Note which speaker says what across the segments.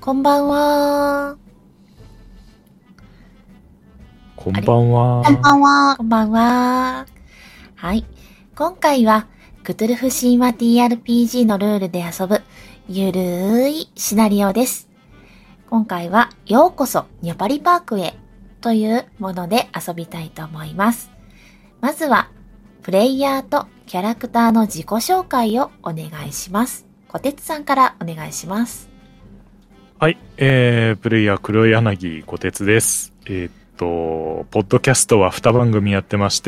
Speaker 1: こんばんは。
Speaker 2: こんばんは。
Speaker 3: こんばんは。
Speaker 1: こんばんは。はい。今回は、クトゥルフ神話 TRPG のルールで遊ぶ、ゆるーいシナリオです。今回は、ようこそニャパリパークへというもので遊びたいと思います。まずは、プレイヤーとキャラクターの自己紹介をお願いします。こてつさんからお願いします。
Speaker 2: はい、プレイヤー黒柳小鉄です。ポッドキャストは2番組やってまして、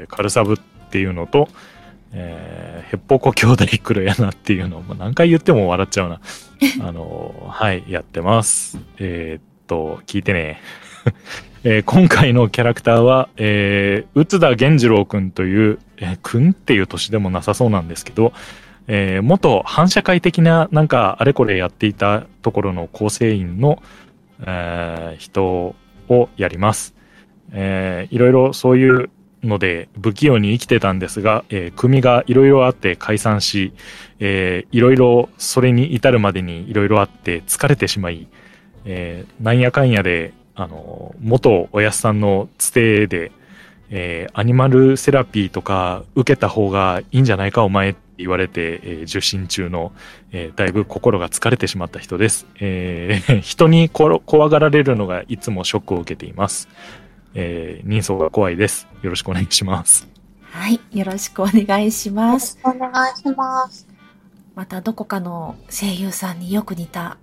Speaker 2: カルサブっていうのと、ヘッポコ兄弟黒柳っていうのを何回言っても笑っちゃうな。はい、やってます。聞いてね。今回のキャラクターは、内田源次郎くんという、くんっていう年でもなさそうなんですけど、元反社会的ななんかあれこれやっていたところの構成員の、人をやります。いろいろそういうので不器用に生きてたんですが、組がいろいろあって解散し、いろいろそれに至るまでにいろいろあって疲れてしまい、なんやかんやで元おやすさんのつてで、アニマルセラピーとか受けた方がいいんじゃないかお前って言われて、受診中の、だいぶ心が疲れてしまった人です。人に怖がられるのがいつもショックを受けています。人相が怖いです。よろしくお願いします。
Speaker 1: はい、よろしくお願いします。
Speaker 3: お願いします。
Speaker 1: またどこかの声優さんによく似た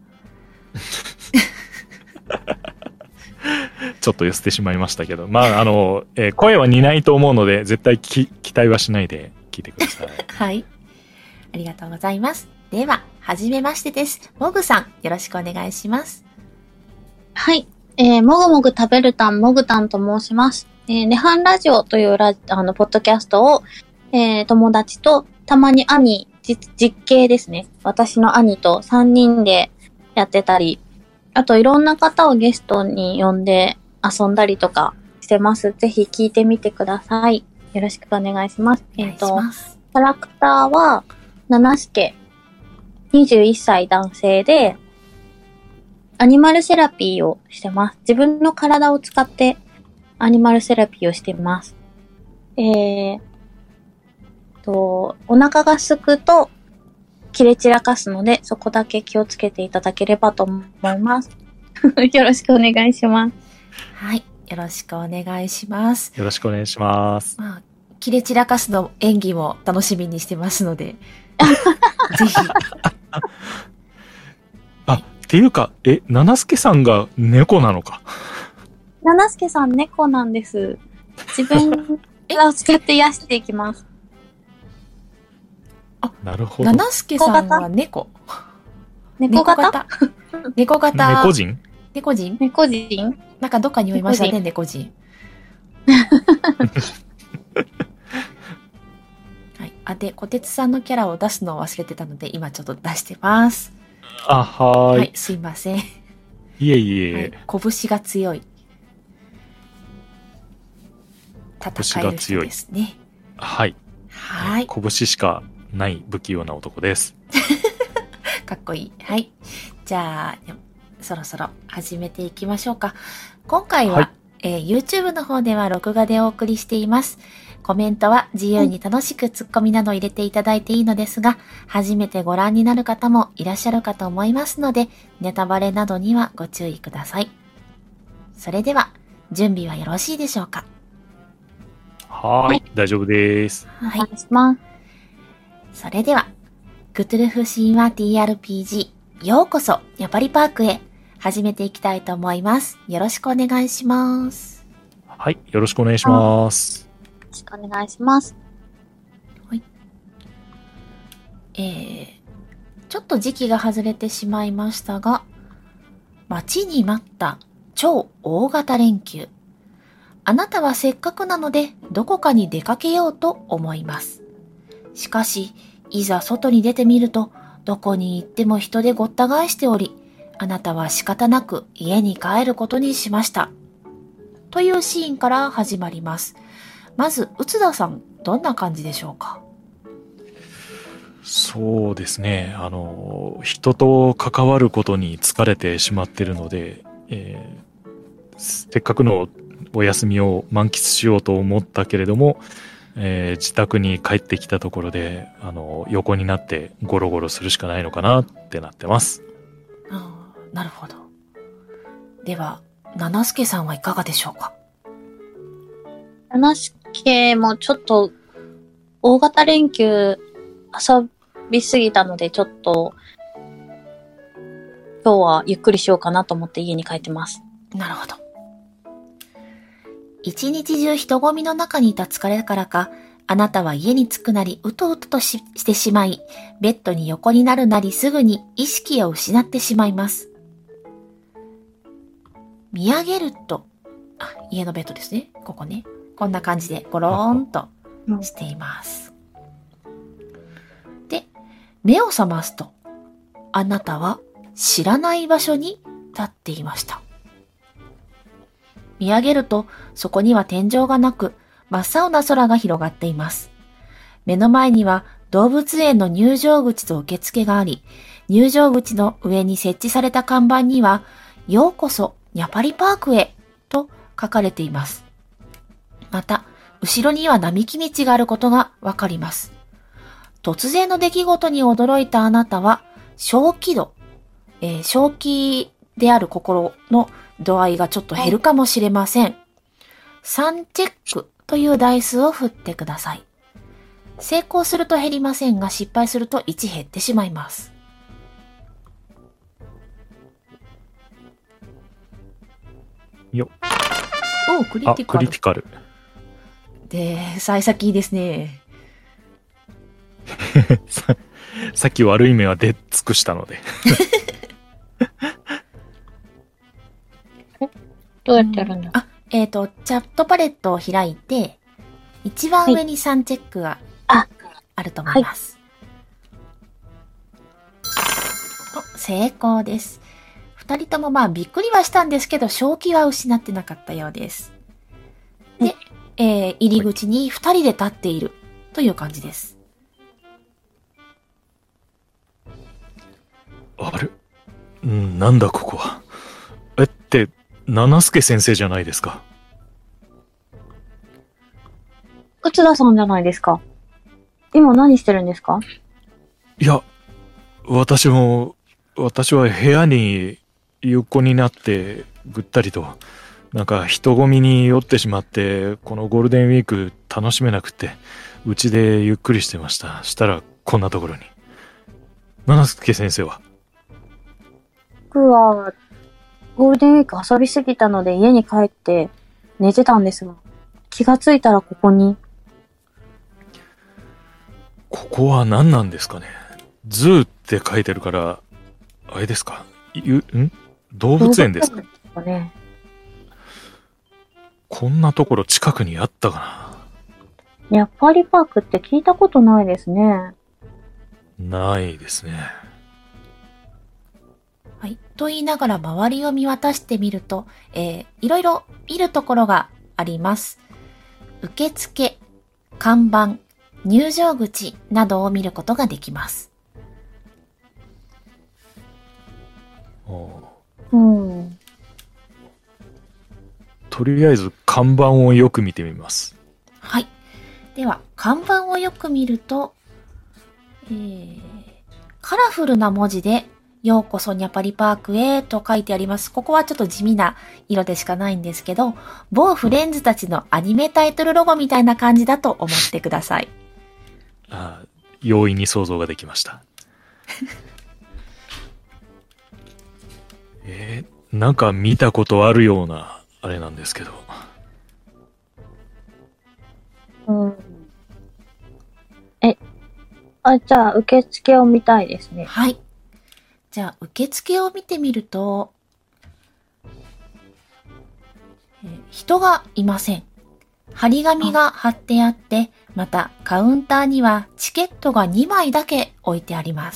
Speaker 2: ちょっと寄せてしまいましたけど、まあ声は似ないと思うので絶対期待はしないで聞いてください。
Speaker 1: はい、ありがとうございます。では、はじめましてです。もぐさん、よろしくお願いします。
Speaker 3: はい。もぐもぐ食べるたん、もぐたんと申します。ネハンラジオというポッドキャストを、友達とたまに実系ですね。私の兄と3人でやってたり、あといろんな方をゲストに呼んで遊んだりとかしてます。ぜひ聞いてみてください。よろしくお願いします。
Speaker 1: お願いします。
Speaker 3: キャラクターは、七助、21歳男性で、アニマルセラピーをしてます。自分の体を使ってアニマルセラピーをしています。お腹が空くと切れ散らかすので、そこだけ気をつけていただければと思います。よろしくお願いします。
Speaker 1: はい、よろしくお願いします。
Speaker 2: よろしくお願いします。
Speaker 1: まあ、切れ散らかすの演技も楽しみにしてますので、ぜひ。
Speaker 2: っていうか、七助さんが猫なのか。
Speaker 3: 七助さん猫なんです。自分を使って癒していきます。
Speaker 2: なるほど。
Speaker 1: 七助さんは猫。
Speaker 3: 猫型
Speaker 1: 猫型。
Speaker 2: 猫人
Speaker 3: 猫人
Speaker 1: なんかどっかに読みましたね、猫人。はい。で、小鉄さんのキャラを出すのを忘れてたので、今ちょっと出してます。
Speaker 2: はーい。
Speaker 1: はい、すいません。
Speaker 2: いえいえ。
Speaker 1: はい、拳が強い。戦える人ですね。
Speaker 2: はい。
Speaker 1: はい。
Speaker 2: 拳しかない不器用な男です。
Speaker 1: かっこいい。はい。じゃあ、そろそろ始めていきましょうか。今回は、
Speaker 2: はい
Speaker 1: YouTube の方では録画でお送りしています。コメントは自由に楽しくツッコミなど入れていただいていいのですが、初めてご覧になる方もいらっしゃるかと思いますので、ネタバレなどにはご注意ください。それでは、準備はよろしいでしょうか？
Speaker 2: はい、大丈夫です。
Speaker 1: はい。
Speaker 3: お願いします。
Speaker 1: それでは、クトゥルフ神話 TRPG、ようこそニャパリパークへ始めていきたいと思います。よろしくお願いします。
Speaker 2: はい、よろしくお願いします。
Speaker 3: よろしくお願いします。
Speaker 1: はい。ちょっと時期が外れてしまいましたが、待ちに待った超大型連休。あなたはせっかくなのでどこかに出かけようと思います。しかし、いざ外に出てみると、どこに行っても人でごった返しており、あなたは仕方なく家に帰ることにしました。というシーンから始まります。まず、内田さん、どんな感じでしょうか？
Speaker 2: そうですね。人と関わることに疲れてしまってるので、せっかくのお休みを満喫しようと思ったけれども、自宅に帰ってきたところで、横になってゴロゴロするしかないのかなってなってます。
Speaker 1: なるほど。では、七助さんはいかがでしょうか？
Speaker 3: 七助もちょっと、大型連休遊びすぎたので、ちょっと、今日はゆっくりしようかなと思って家に帰ってます。
Speaker 1: なるほど。一日中人混みの中にいた疲れからか、あなたは家に着くなりうとうととしてしまい、ベッドに横になるなりすぐに意識を失ってしまいます。見上げると、家のベッドですね。ここね。こんな感じでゴローンとしています。で、目を覚ますと、あなたは知らない場所に立っていました。見上げると、そこには天井がなく、真っ青な空が広がっています。目の前には動物園の入場口と受付があり、入場口の上に設置された看板には、ようこそニャパリパークへと書かれています。また、後ろには並木道があることがわかります。突然の出来事に驚いたあなたは、正気度、正気である心の度合いがちょっと減るかもしれません。3チェックというダイスを振ってください。成功すると減りませんが、失敗すると1減ってしまいます。
Speaker 2: よっ。
Speaker 1: クリティカル。
Speaker 2: クリティカル。
Speaker 1: で、幸先いいですね。
Speaker 2: さっき悪い目は出尽くしたので。
Speaker 3: どうやってやるんだ？
Speaker 1: チャットパレットを開いて、一番上に3チェックがあると思います。成功です。二人ともびっくりはしたんですけど、正気は失ってなかったようです。で、入り口に二人で立っているという感じです。
Speaker 2: あれ？なんだここは。七助先生じゃないですか。
Speaker 3: 内田さんじゃないですか。今何してるんですか？
Speaker 2: いや、私は部屋に横になってぐったりと、なんか人混みに酔ってしまって、このゴールデンウィーク楽しめなくて、うちでゆっくりしてました。したらこんなところに。七助先生は？
Speaker 3: 僕は、ゴールデンウィーク遊びすぎたので家に帰って寝てたんですが、気がついたらここに。
Speaker 2: ここは何なんですかね。ズーって書いてるから、あれですか？動物園ですか？
Speaker 3: ね。
Speaker 2: こんなところ近くにあったか
Speaker 3: な。やっぱりパークって聞いたことないですね。
Speaker 2: ないですね。
Speaker 1: はい。と言いながら周りを見渡してみると、いろいろ見るところがあります。受付、看板、入場口などを見ることができます。
Speaker 2: とりあえず看板をよく見てみます。
Speaker 1: はい。では、看板をよく見ると、カラフルな文字で、ようこそニャパリパークへと書いてあります。ここはちょっと地味な色でしかないんですけど、某フレンズたちのアニメタイトルロゴみたいな感じだと思ってください。
Speaker 2: 容易に想像ができました。なんか見たことあるような、あれなんですけど。
Speaker 3: じゃあ、受付を見たいですね。
Speaker 1: はい。じゃあ、受付を見てみると、人がいません。張り紙が貼ってあって、またカウンターにはチケットが2枚だけ置いてあります。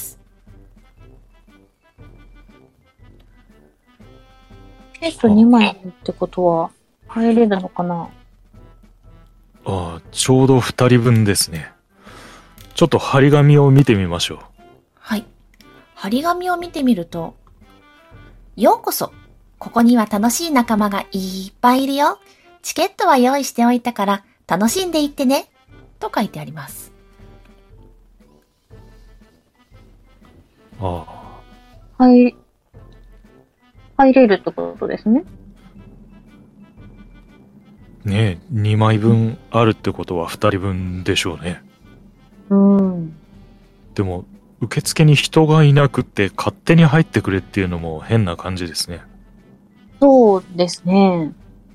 Speaker 3: チケット2枚ってことは入れるのかな？
Speaker 2: ちょうど2人分ですね。 ちょっと張り紙を見てみましょう。
Speaker 1: はい。張り紙を見てみると、ようこそ。ここには楽しい仲間がいっぱいいるよ。チケットは用意しておいたから楽しんでいってね。と書いてあります。
Speaker 2: あ
Speaker 3: 入れるってことですね。
Speaker 2: ねえ、2枚分あるってことは2人分でしょうね。
Speaker 3: うん。
Speaker 2: でも、受付に人がいなくって勝手に入ってくれっていうのも変な感じですね。
Speaker 3: そうですね。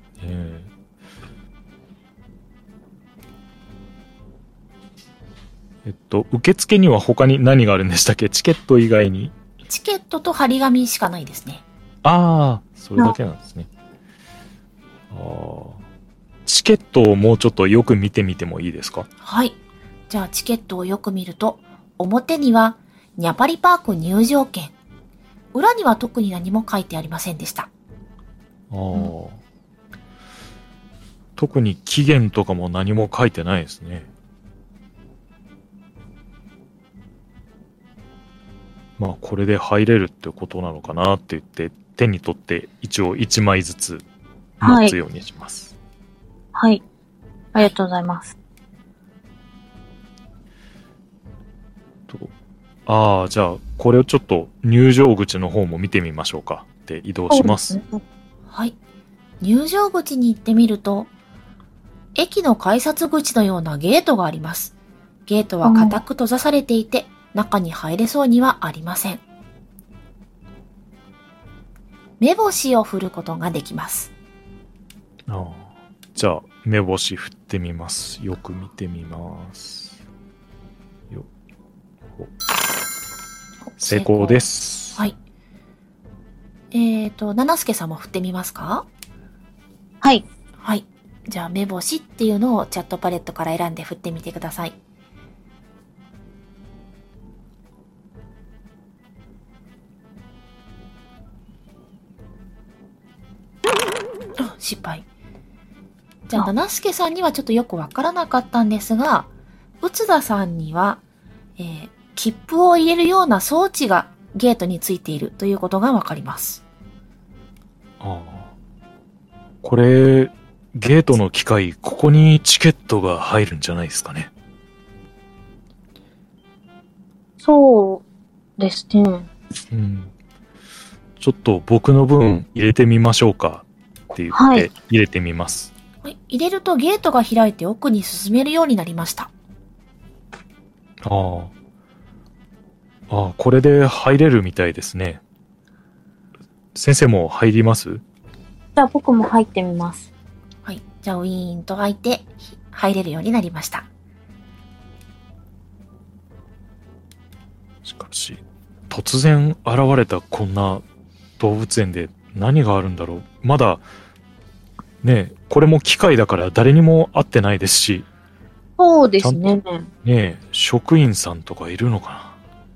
Speaker 2: 受付には他に何があるんでしたっけ？チケット以外に。
Speaker 1: チケットと張り紙しかないですね。
Speaker 2: ああ、それだけなんですね。チケットをもうちょっとよく見てみてもいいですか？
Speaker 1: はい。じゃあチケットをよく見ると、表にはニャパリパーク入場券。裏には特に何も書いてありませんでした。
Speaker 2: 特に期限とかも何も書いてないですね。まあこれで入れるってことなのかなって言って手に取って一応1枚ずつ持つようにします。
Speaker 3: はい。ありがとうございます。
Speaker 2: じゃあこれをちょっと入場口の方も見てみましょうか。で移動します。
Speaker 1: はい。入場口に行ってみると、駅の改札口のようなゲートがあります。ゲートは固く閉ざされていて、中に入れそうにはありません。目星を振ることができます。
Speaker 2: じゃあ目星振ってみます。よく見てみます。成功です。
Speaker 1: はい。七助さんも振ってみますか？
Speaker 3: はい。
Speaker 1: はい。じゃあ目星っていうのをチャットパレットから選んで振ってみてください。失敗。じゃあ七助さんにはちょっとよくわからなかったんですが、内田さんには、切符を入れるような装置がゲートについているということがわかります。
Speaker 2: これ、ゲートの機械、ここにチケットが入るんじゃないですかね。
Speaker 3: そうですね。
Speaker 2: ちょっと僕の分入れてみましょうかって言って入れてみます。
Speaker 1: はい、入れるとゲートが開いて奥に進めるようになりました。
Speaker 2: これで入れるみたいですね。先生も入ります？
Speaker 3: じゃあ僕も入ってみます。
Speaker 1: はい。じゃあウィーンと開いて入れるようになりました。
Speaker 2: しかし、突然現れたこんな動物園で何があるんだろう。まだ、ねえ、これも機械だから誰にも会ってないですし。
Speaker 3: そうですね。
Speaker 2: ねえ、職員さんとかいるのかな。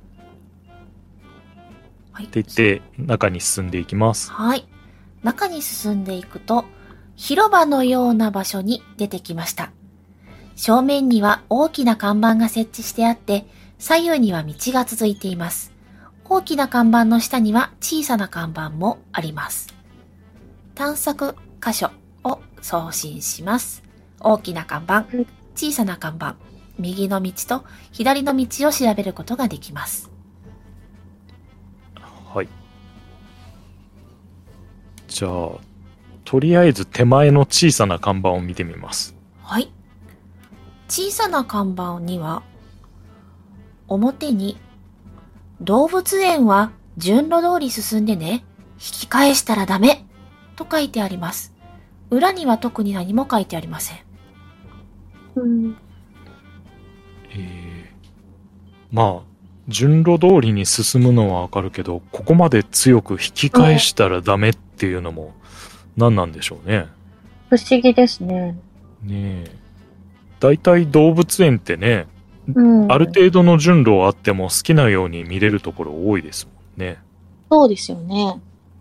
Speaker 2: はい。って言って中に進んでいきます。
Speaker 1: はい。中に進んでいくと、広場のような場所に出てきました。正面には大きな看板が設置してあって、左右には道が続いています。大きな看板の下には小さな看板もあります。探索箇所を送信します。大きな看板、小さな看板、右の道と左の道を調べることができます。
Speaker 2: はい。じゃあ、とりあえず手前の小さな看板を見てみます。
Speaker 1: はい。小さな看板には、表に、動物園は順路通り進んでね、引き返したらダメと書いてあります。裏には特に何も書いてありません。
Speaker 2: まあ、順路通りに進むのはわかるけど、ここまで強く引き返したらダメっていうのも何なんでしょうね。
Speaker 3: 不思議ですね。
Speaker 2: ねえ。だいたい動物園ってね、ある程度の順路あっても好きなように見れるところ多いですもんね。
Speaker 3: そうですよね。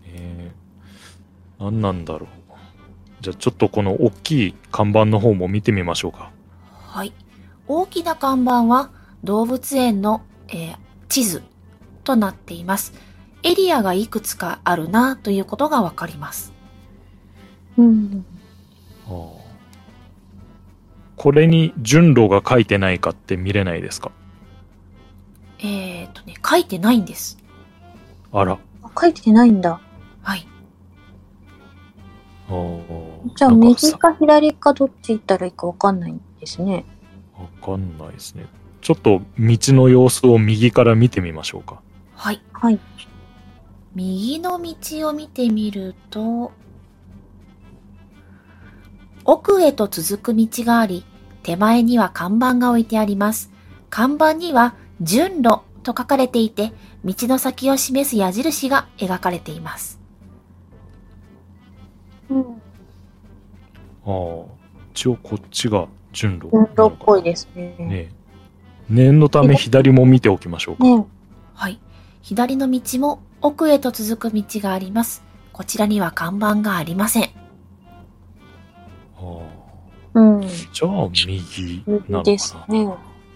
Speaker 2: 何なんだろう。じゃあちょっとこの大きい看板の方も見てみましょうか。
Speaker 1: はい。大きな看板は動物園の、地図となっています。エリアがいくつかあるなということがわかります。
Speaker 2: これに順路が書いてないかって見れないですか？
Speaker 1: 書いてないんです。
Speaker 2: あら。
Speaker 3: 書いてないんだ。
Speaker 1: はい。
Speaker 3: じゃあ右か左かどっち行ったらいいかわかんないんですね。
Speaker 2: わかんないですね。ちょっと道の様子を右から見てみましょうか。
Speaker 1: はい。
Speaker 3: はい。
Speaker 1: 右の道を見てみると、奥へと続く道があり、手前には看板が置いてあります。看板には順路と書かれていて、道の先を示す矢印が描かれています。
Speaker 2: 一応こっちが順路。
Speaker 3: 順路っぽいですね。
Speaker 2: 念のため左も見ておきましょうか。
Speaker 1: はい。左の道も奥へと続く道があります。こちらには看板がありません。
Speaker 2: じゃあ右なのかな。
Speaker 3: ですね。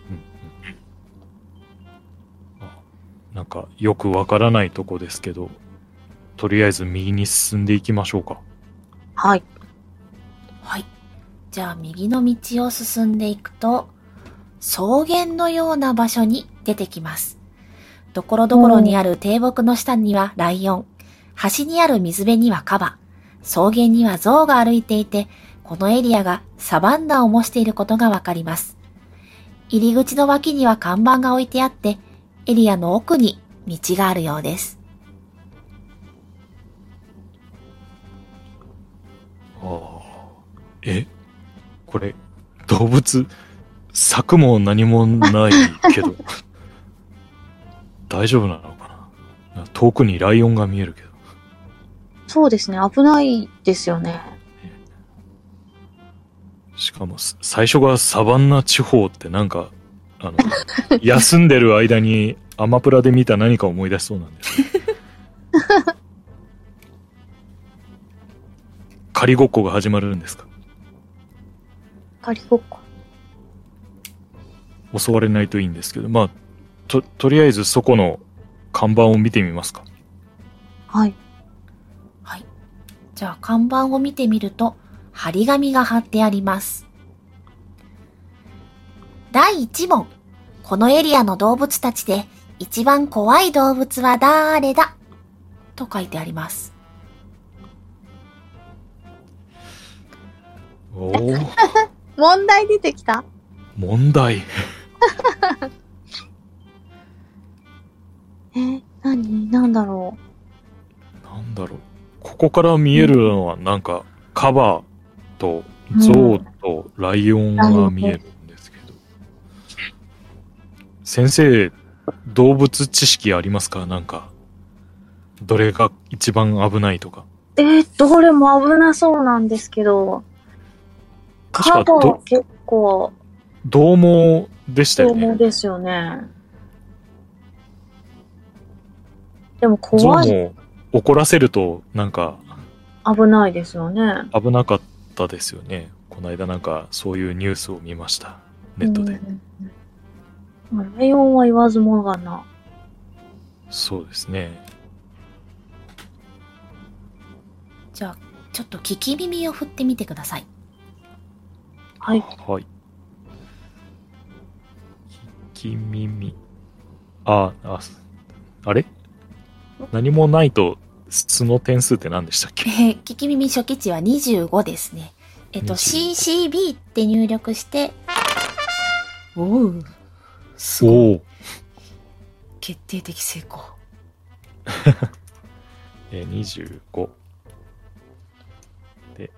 Speaker 2: なんかよくわからないとこですけど、とりあえず右に進んでいきましょうか。
Speaker 3: はい。
Speaker 1: はい。じゃあ右の道を進んでいくと、草原のような場所に出てきます。ところどころにある低木の下にはライオン、端にある水辺にはカバ、草原にはゾウが歩いていて、このエリアがサバンナを模していることがわかります。入り口の脇には看板が置いてあって、エリアの奥に道があるようです。
Speaker 2: これ、動物、柵も何もないけど、大丈夫なのかな？遠くにライオンが見えるけど。
Speaker 3: そうですね、危ないですよね。
Speaker 2: しかも、最初がサバンナ地方ってなんか、休んでる間にアマプラで見た何か思い出しそうなんです。仮ごっこが始まるんですか？
Speaker 3: 仮ごっこ。
Speaker 2: 襲われないといいんですけど、まあ、とりあえずそこの看板を見てみますか。
Speaker 3: はい。
Speaker 1: はい。じゃあ看板を見てみると、張り紙が貼ってあります。第1問。このエリアの動物たちで一番怖い動物は誰だ？と書いてあります。
Speaker 3: 問題出てきた？
Speaker 2: 問題。
Speaker 3: なんだろ
Speaker 2: う。ここから見えるのはなんか、カバとゾウとライオンが見えるんですけど。先生、動物知識ありますか？なんか、どれが一番危ないとか。
Speaker 3: どれも危なそうなんですけど。カバは結構。
Speaker 2: 獰猛でしたよね。
Speaker 3: 獰猛ですよね。でも怖い。
Speaker 2: ゾウも怒らせるとなんか
Speaker 3: 危ないですよね。
Speaker 2: 危なかったですよね。この間なんかそういうニュースを見ました。ネットで。
Speaker 3: ライオンは言わずもがな。
Speaker 2: そうですね。
Speaker 1: じゃあちょっと聞き耳を振ってみてください。
Speaker 3: はい。
Speaker 2: はい。聞き耳。あれ？何もないと素の点数って何でしたっけ？
Speaker 1: 聞き耳初期値は25ですね。CCB って入力して、すごい。決定的成功。
Speaker 2: 25。で、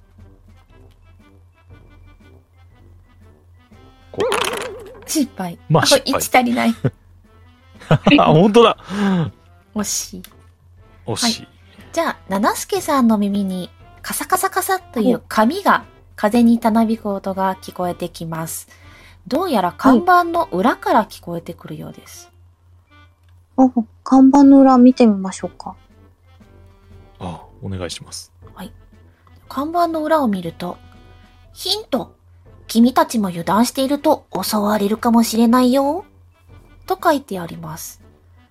Speaker 1: 失敗。
Speaker 2: まあ失敗。
Speaker 1: 1足りない。
Speaker 2: 本当だ。
Speaker 1: 惜しい。
Speaker 2: 惜しい。
Speaker 1: はい、じゃあ、七助さんの耳にカサカサカサという紙が風にたなびく音が聞こえてきます。どうやら看板の裏から聞こえてくるようです。
Speaker 3: 看板の裏見てみましょうか。
Speaker 2: お願いします。
Speaker 1: はい。看板の裏を見ると、ヒント。 君たちも油断していると襲われるかもしれないよ。と書いてあります。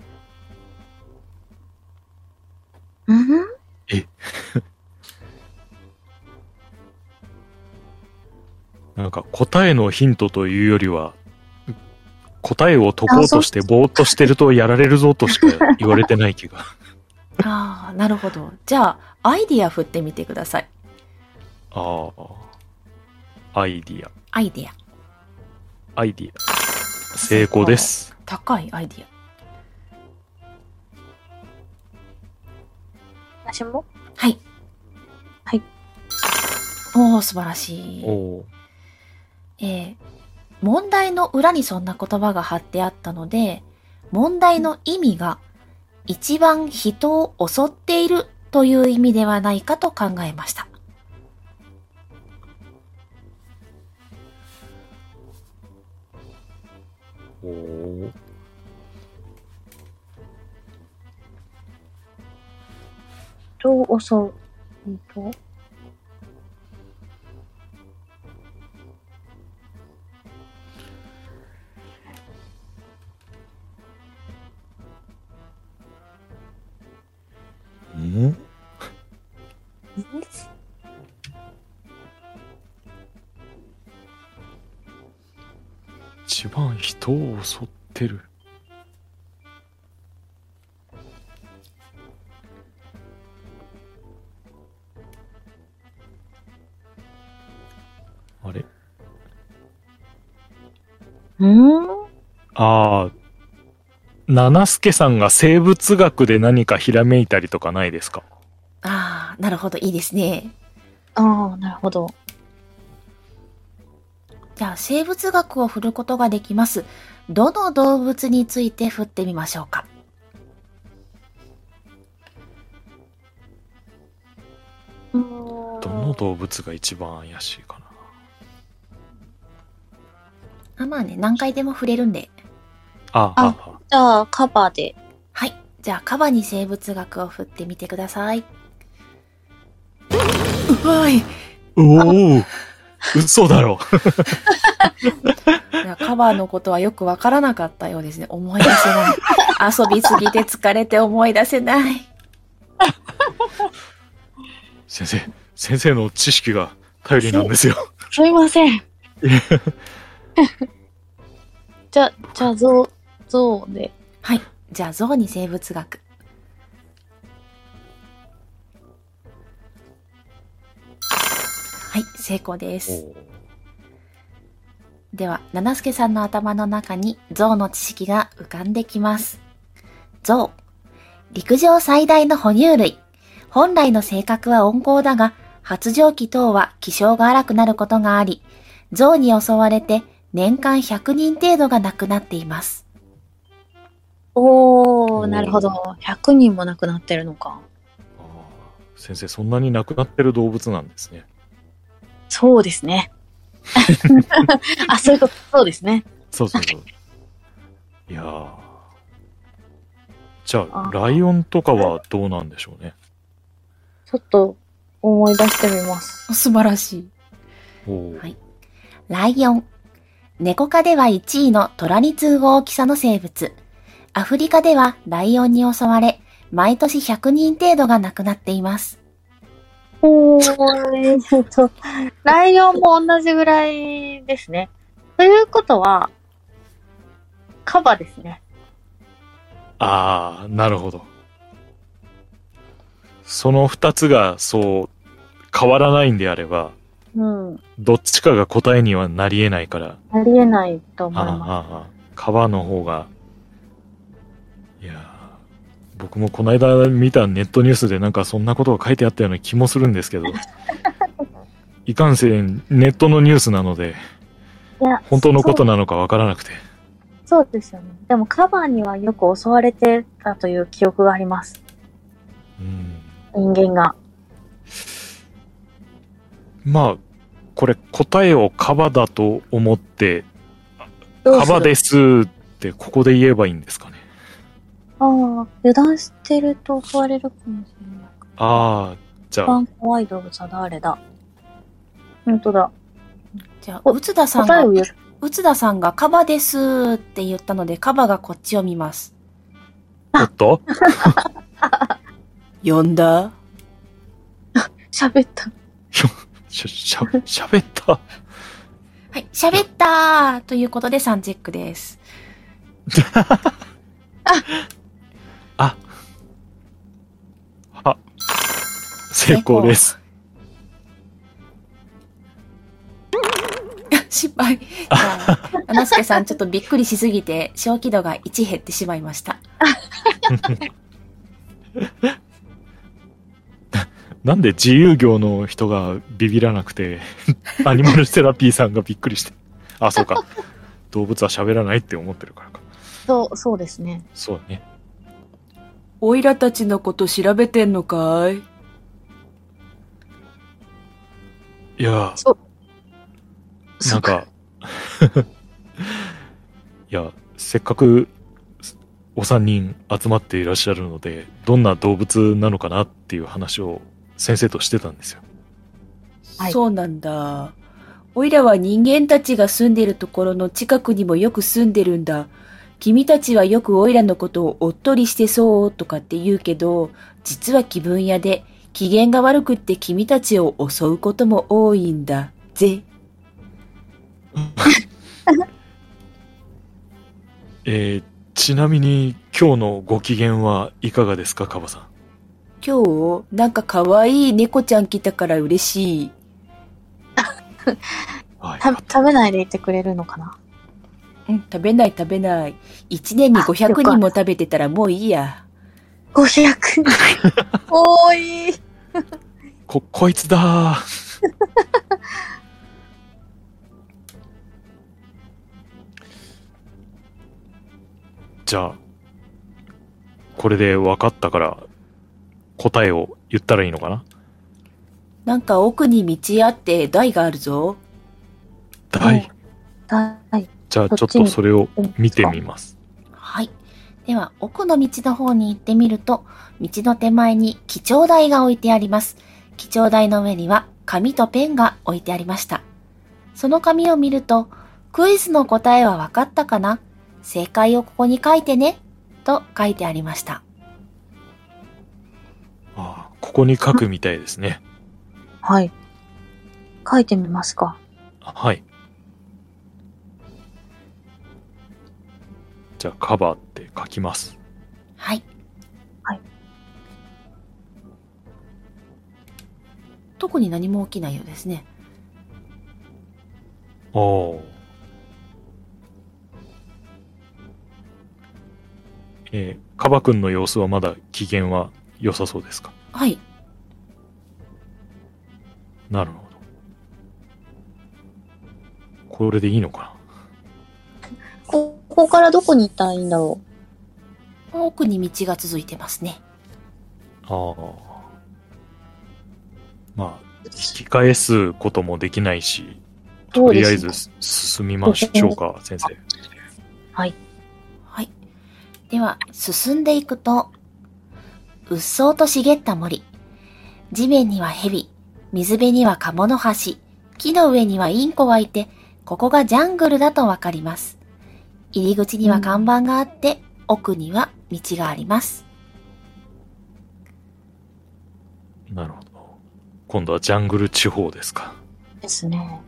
Speaker 2: なんか答えのヒントというよりは、答えを解こうとしてぼーっとしてるとやられるぞとしか言われてない気が。
Speaker 1: ああ、なるほど。じゃあ、アイディア振ってみてください。
Speaker 2: ああ、アイディア。
Speaker 1: アイディア。
Speaker 2: アイディア。成功です。
Speaker 1: 高いアイディ
Speaker 3: ア。私も
Speaker 1: ア。はい。
Speaker 3: はい。
Speaker 1: おー、素晴らしい。
Speaker 2: おー。
Speaker 1: 問題の裏にそんな言葉が貼ってあったので、問題の意味が一番人を襲っているという意味ではないかと考えました。
Speaker 2: おー。
Speaker 3: 人を襲う。
Speaker 2: ん？一番人を襲ってる。あれ？ああ、七助さんが生物学で何かひらめいたりとかないですか？
Speaker 1: ああ、なるほど、いいですね。
Speaker 3: ああ、なるほど。
Speaker 1: じゃあ、生物学を振ることができます。どの動物について振ってみましょうか。
Speaker 2: どの動物が一番怪しいかな。
Speaker 1: まあね、何回でも触れるんで。
Speaker 3: じゃあ、カバで。
Speaker 1: はい。じゃあ、カバに生物学を振ってみてください。うわい。
Speaker 2: おお、嘘だろ。
Speaker 1: カバのことはよくわからなかったようですね。思い出せない。遊びすぎて疲れて思い出せない。
Speaker 2: 先生の知識が頼りなんですよ。
Speaker 3: すいません。じゃあ、ゾウで。
Speaker 1: はい。じゃあ、ゾウに生物学。はい、成功です。では、七助さんの頭の中にゾウの知識が浮かんできます。ゾウ。陸上最大の哺乳類。本来の性格は温厚だが、発情期等は気性が荒くなることがあり、ゾウに襲われて年間100人程度が亡くなっています。
Speaker 3: おー、なるほど。100人も亡くなってるのか。
Speaker 2: 先生、そんなに亡くなってる動物なんですね。
Speaker 3: そうですね。あ、そういうこと、そうですね。
Speaker 2: そう。いやー。じゃあ、ライオンとかはどうなんでしょうね。
Speaker 3: ちょっと思い出してみます。
Speaker 1: 素晴らしい。はい。ライオン。猫科では1位のトラに次ぐ大きさの生物。アフリカではライオンに襲われ、毎年100人程度が亡くなっています。
Speaker 3: ライオンも同じぐらいですね。ということは、カバですね。
Speaker 2: ああ、なるほど。その2つがそう変わらないんであれば、どっちかが答えにはなり得ないから。
Speaker 3: なり得ないと思います。
Speaker 2: カバの方が、いや僕もこの間見たネットニュースでなんかそんなことが書いてあったような気もするんですけど、いかんせんネットのニュースなので、本当のことなのかわからなくて。
Speaker 3: そうですよね。でもカバにはよく襲われてたという記憶があります。人間が。ま
Speaker 2: あ、これ答えをカバだと思って、カバですってここで言えばいいんですかね。
Speaker 3: ああ、油断してると襲われるかもしれない。
Speaker 2: ああ、じゃあ。
Speaker 3: 一番怖い動物は誰だ？本当だ。
Speaker 1: じゃあ、内田さんが、内田さんがカバですって言ったので、カバがこっちを見ます。
Speaker 2: おっと
Speaker 1: 呼んだ？
Speaker 3: 喋った。
Speaker 2: 喋った。
Speaker 1: はい、喋ったということで3チェックです。
Speaker 2: 成功です。
Speaker 1: 失敗。じゃあ、七助さんちょっとびっくりしすぎて、小気度が1減ってしまいました。
Speaker 2: なんで自由業の人がビビらなくて、アニマルセラピーさんがびっくりして。あ、そうか。動物は喋らないって思ってるからか。
Speaker 3: そうですね。
Speaker 2: そうね。
Speaker 1: おいらたちのこと調べてんのかい？
Speaker 2: いや、なんか、いや、せっかくお三人集まっていらっしゃるので、どんな動物なのかなっていう話を先生としてたんですよ。
Speaker 1: はい、そうなんだ。おいらは人間たちが住んでいるところの近くにもよく住んでるんだ。君たちはよくおいらのことをおっとりしてそうとかって言うけど、実は気分屋で機嫌が悪くって君たちを襲うことも多いんだぜ。
Speaker 2: ちなみに今日のご機嫌はいかがですか、カバさん。
Speaker 1: 今日なんか可愛い猫ちゃん来たから嬉しい。
Speaker 3: 食べないでいてくれるのかな？
Speaker 1: うん、食べない。1年に500人も食べてたらもういいや。
Speaker 3: 500人多い。
Speaker 2: こいつだー。じゃあ、これで分かったから答えを言ったらいいのかな？
Speaker 1: なんか奥に道あって台があるぞ。
Speaker 2: 台？じゃあちょっとそれを見てみます。
Speaker 1: はい。では奥の道の方に行ってみると、道の手前に記帳台が置いてあります。記帳台の上には紙とペンが置いてありました。その紙を見ると、クイズの答えは分かったかな？正解をここに書いてね、と書いてありました。
Speaker 2: ああ、ここに書くみたいですね。
Speaker 3: はい。書いてみますか。
Speaker 2: はい。じゃあカバーって書きます。
Speaker 1: はい。
Speaker 3: はい。
Speaker 1: 特に何も起きないようですね。
Speaker 2: おー。カバくんの様子はまだ機嫌は良さそうですか？
Speaker 1: はい。
Speaker 2: なるほど。これでいいのかな？
Speaker 3: ここからどこに行ったらいいんだろ
Speaker 1: う。奥に道が続いてますね。
Speaker 2: ああ。まあ、引き返すこともできないし、とりあえず進みましょうか、先生。
Speaker 3: はい。
Speaker 1: では、進んでいくと、うっそうと茂った森。地面には蛇、水辺にはカモノハシ、木の上にはインコがいて、ここがジャングルだとわかります。入り口には看板があって、奥には道があります。
Speaker 2: なるほど。今度はジャングル地方ですか。
Speaker 3: ですね。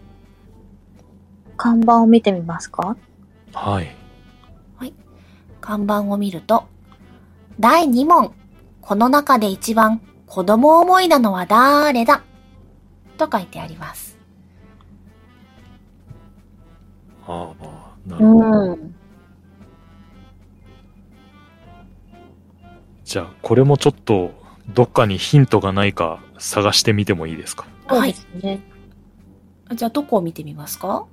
Speaker 3: 看板を見てみますか？
Speaker 2: はい。
Speaker 1: 看板を見ると、第2問、この中で一番子供思いなのは誰だ？と書いてあります。
Speaker 2: ああ、なるほど。じゃあ、これもちょっと、どっかにヒントがないか探してみてもいいですか？
Speaker 3: そうですね。
Speaker 1: じゃあ、どこを見てみますか？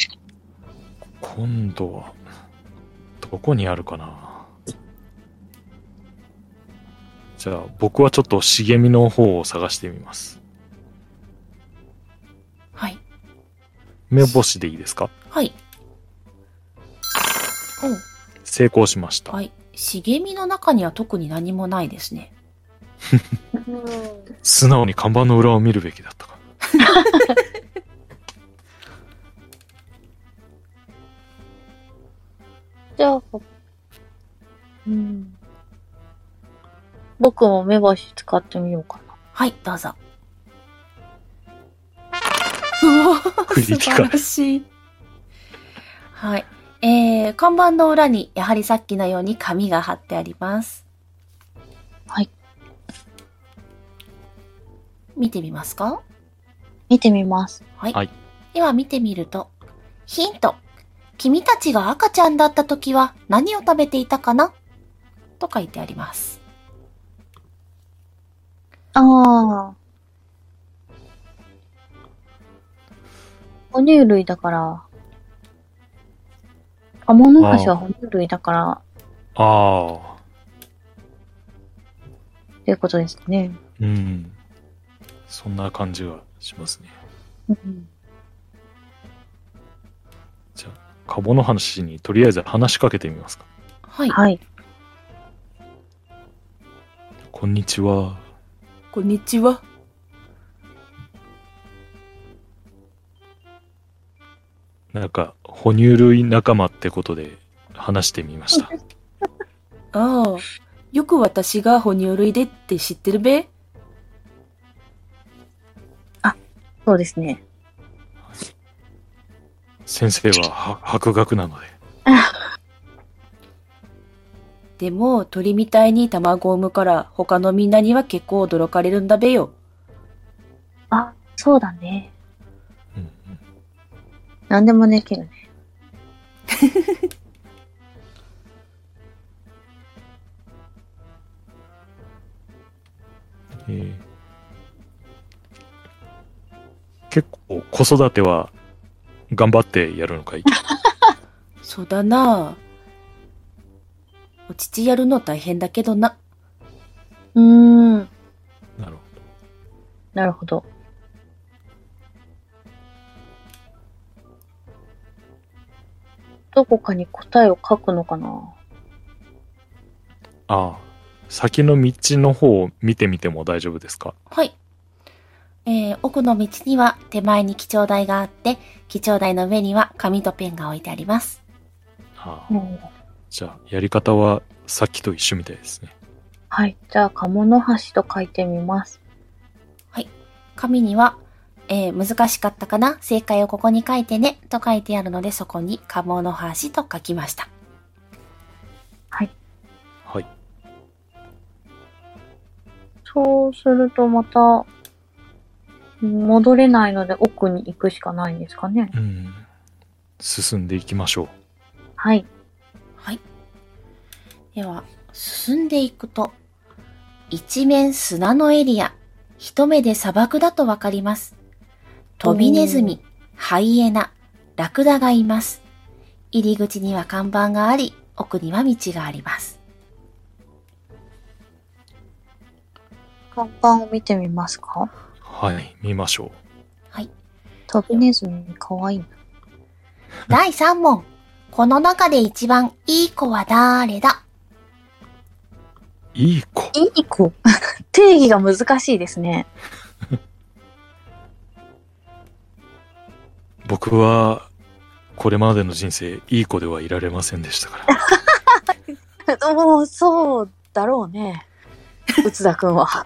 Speaker 2: 今度は、どこにあるかな。じゃあ僕はちょっと茂みの方を探してみます。
Speaker 1: はい。
Speaker 2: 目星でいいですか？
Speaker 1: はい。
Speaker 2: 成功しました。
Speaker 1: はい。茂みの中には特に何もないですね。
Speaker 2: 素直に看板の裏を見るべきだったか。
Speaker 3: じゃあ、僕も目星使ってみようかな。
Speaker 1: はい、どうぞ。うわ
Speaker 2: クリティカル
Speaker 1: 素晴らしい。はい。看板の裏に、やはりさっきのように紙が貼ってあります。
Speaker 3: はい。
Speaker 1: 見てみますか？
Speaker 3: 見てみます。
Speaker 1: はい。
Speaker 2: はい。
Speaker 1: では見てみると、ヒント。君たちが赤ちゃんだった時は何を食べていたかな？と書いてあります。
Speaker 3: ああ。哺乳類だから、カモノハシは哺乳類だから、
Speaker 2: ああ。
Speaker 3: っていうことですね。
Speaker 2: うん。そんな感じがしますね。
Speaker 3: うん
Speaker 2: じゃあ、カモの話にとりあえず話しかけてみますか。
Speaker 1: はい。
Speaker 3: はい。
Speaker 2: こんにちは。
Speaker 1: こんにちは。
Speaker 2: なんか、哺乳類仲間ってことで話してみました。
Speaker 1: ああ、よく私が哺乳類でって知ってるべ？
Speaker 3: そうですね。
Speaker 2: 先生は博学なので。
Speaker 1: でも、鳥みたいに卵を産むから他のみんなには結構驚かれるんだべよ。
Speaker 3: あ、そうだね。
Speaker 2: うんうん、
Speaker 3: なんでもできるね。
Speaker 2: 結構子育ては頑張ってやるのかい？
Speaker 1: そうだな。お乳やるの大変だけどな。
Speaker 2: なるほど。
Speaker 3: なるほど。どこかに答えを書くのかな？
Speaker 2: ああ、先の道の方を見てみても大丈夫ですか？
Speaker 1: はい。奥の道には手前に記帳台があって、記帳台の上には紙とペンが置いてあります。
Speaker 2: ああ、じゃあ、やり方はさっきと一緒みたいですね。
Speaker 3: はい。じゃあ、カモノハシと書いてみます。
Speaker 1: はい。紙には、難しかったかな？正解をここに書いてね。と書いてあるので、そこにカモノハシと書きました。
Speaker 3: はい。
Speaker 2: はい。
Speaker 3: そうするとまた、戻れないので奥に行くしかないんですかね。
Speaker 2: うん。進んでいきましょう。
Speaker 3: はい。
Speaker 1: はい。では、進んでいくと、一面砂のエリア、一目で砂漠だとわかります。トビネズミ、ハイエナ、ラクダがいます。入り口には看板があり、奥には道があります。
Speaker 3: 看板を見てみますか？
Speaker 2: はい、見ましょう。
Speaker 1: はい。
Speaker 3: トビネズミかわいいな。
Speaker 1: 第3問。この中で一番いい子は誰だ？
Speaker 2: いい子。
Speaker 3: いい子定義が難しいですね。
Speaker 2: 僕は、これまでの人生、いい子ではいられませんでしたから。
Speaker 3: もう、そうだろうね。内田くんは。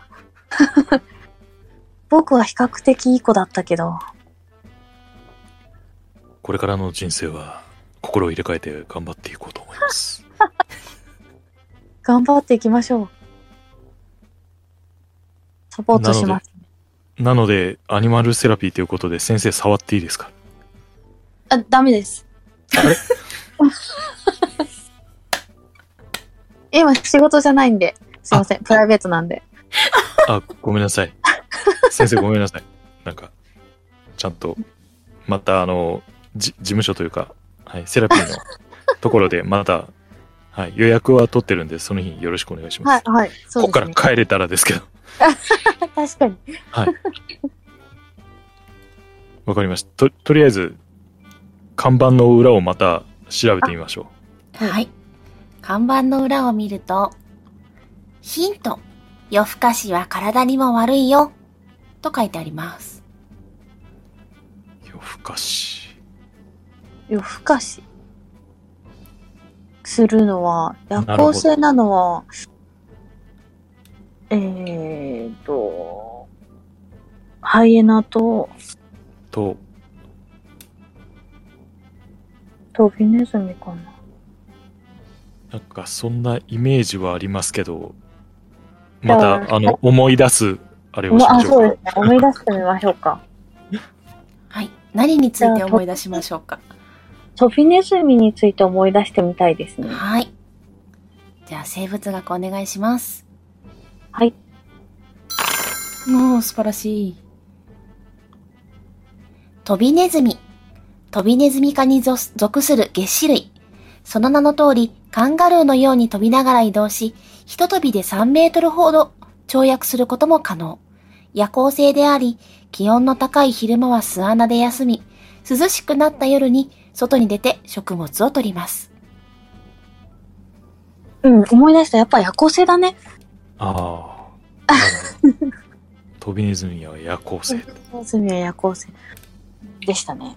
Speaker 3: 僕は比較的いい子だったけど。
Speaker 2: これからの人生は、心を入れ替えて頑張っていこうと思います。
Speaker 3: 頑張っていきましょう。サポートします。
Speaker 2: なので、アニマルセラピーということで、先生触っていいですか？
Speaker 3: あ、ダメです。
Speaker 2: あれ
Speaker 3: 今仕事じゃないんで。すいません。プライベートなんで。
Speaker 2: あ、ごめんなさい。先生ごめんなさい。なんか、ちゃんと、また事務所というか、はい、セラピーのところでまた、はい、予約は取ってるんで、その日よろしくお願いします。
Speaker 3: はい、はい。そう
Speaker 2: ここ
Speaker 3: ですね。
Speaker 2: から帰れたらですけど。
Speaker 3: 確かに。
Speaker 2: はい。わかりました。とりあえず、看板の裏をまた調べてみましょう。
Speaker 1: はい。看板の裏を見ると、ヒント。夜更かしは体にも悪いよ。と書いてあります。
Speaker 2: 夜更かし。
Speaker 3: 夜更かし。 するのは、夜行性なのは、ハイエナと、
Speaker 2: と、
Speaker 3: トビネズミかな。
Speaker 2: なんかそんなイメージはありますけど、また、思い出す、あれをしましょうか。
Speaker 3: そうですね。思い出してみましょうか。
Speaker 1: はい。何について思い出しましょうか。
Speaker 3: トビネズミについて思い出してみたいですね。
Speaker 1: はい。じゃあ、生物学お願いします。
Speaker 3: はい。
Speaker 1: もう、素晴らしい。トビネズミ。トビネズミ科に属する齧歯類。その名の通り、カンガルーのように飛びながら移動し、ひと飛びで3メートルほど跳躍することも可能。夜行性であり、気温の高い昼間は巣穴で休み、涼しくなった夜に外に出て食物を取ります。
Speaker 3: うん、思い出した。やっぱ夜行性だね。
Speaker 2: ああ。トビネズミは夜行性。
Speaker 3: トビネズミは夜行性でしたね。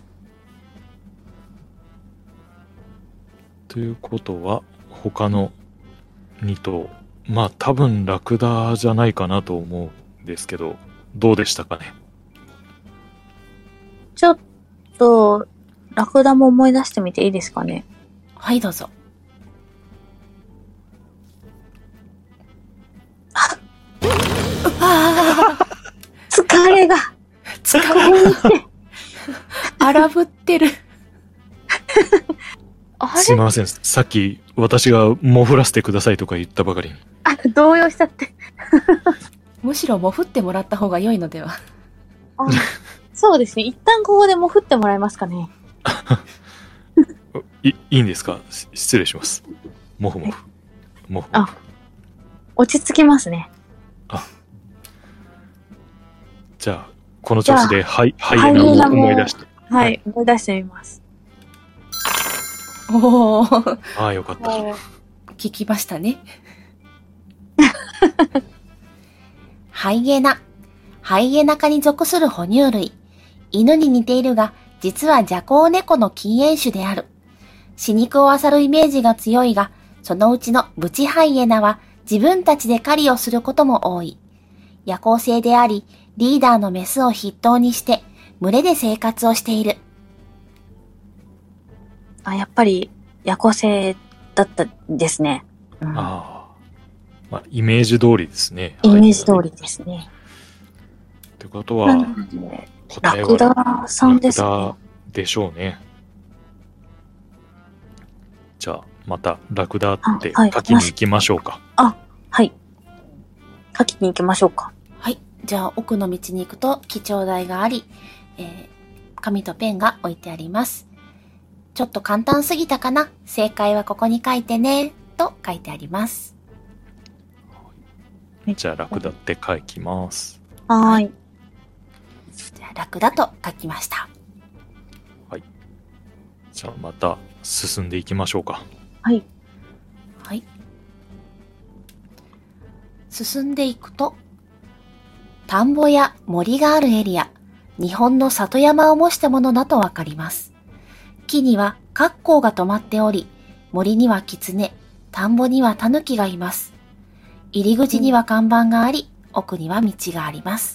Speaker 2: ということは、他の2頭、まあ多分ラクダじゃないかなと思うんですけど、どうでしたかね。
Speaker 3: ちょっと、ラクダも思い出してみていいですかね。
Speaker 1: はい、どうぞ。
Speaker 3: 疲れが。
Speaker 1: 荒ぶってる。
Speaker 3: あれ
Speaker 2: すいません。さっき私がもふらせてくださいとか言ったばかりに。
Speaker 3: 動揺しちゃって。
Speaker 1: むしろもふってもらった方が良いのでは。
Speaker 3: そうですね。一旦ここでも振ってもらえますかね。
Speaker 2: いいんですか？失礼します。もふもふ。もふもふ。
Speaker 3: 落ち着きますね。
Speaker 2: じゃあ、この調子でハイエナを思い出して。
Speaker 3: はい、思い出してみます。
Speaker 1: おー。
Speaker 2: ああ、よかった。
Speaker 1: 聞きましたね。ハイエナ。ハイエナ科に属する哺乳類。犬に似ているが、実はジャコウネコの近縁種である。死肉を漁るイメージが強いが、そのうちのブチハイエナは自分たちで狩りをすることも多い。夜行性であり、リーダーのメスを筆頭にして、群れで生活をしている。
Speaker 3: やっぱり夜行性だったですね。
Speaker 2: ああ。まあ、イメージ通りですね。
Speaker 3: イメージ通りですね。
Speaker 2: ってことは、答えは
Speaker 3: ラクダさんですね。
Speaker 2: ラクダでしょうね。じゃあ、またラクダって書きに行きましょうか。
Speaker 3: はい。書きに行きましょうか。
Speaker 1: はい。じゃあ、奥の道に行くと、記帳台があり、紙とペンが置いてあります。ちょっと簡単すぎたかな？正解はここに書いてね、と書いてあります。
Speaker 2: じゃあ、ラクダって書きます。
Speaker 3: はい。
Speaker 1: じゃあ、ラクダと書きました。
Speaker 2: はい。じゃあ、また進んでいきましょうか。
Speaker 3: はい。
Speaker 1: はい。進んでいくと、田んぼや森があるエリア、日本の里山を模したものだとわかります。木にはカッコウが止まっており、森にはキツネ、田んぼにはタヌキがいます。入り口には看板があり、奥には道があります。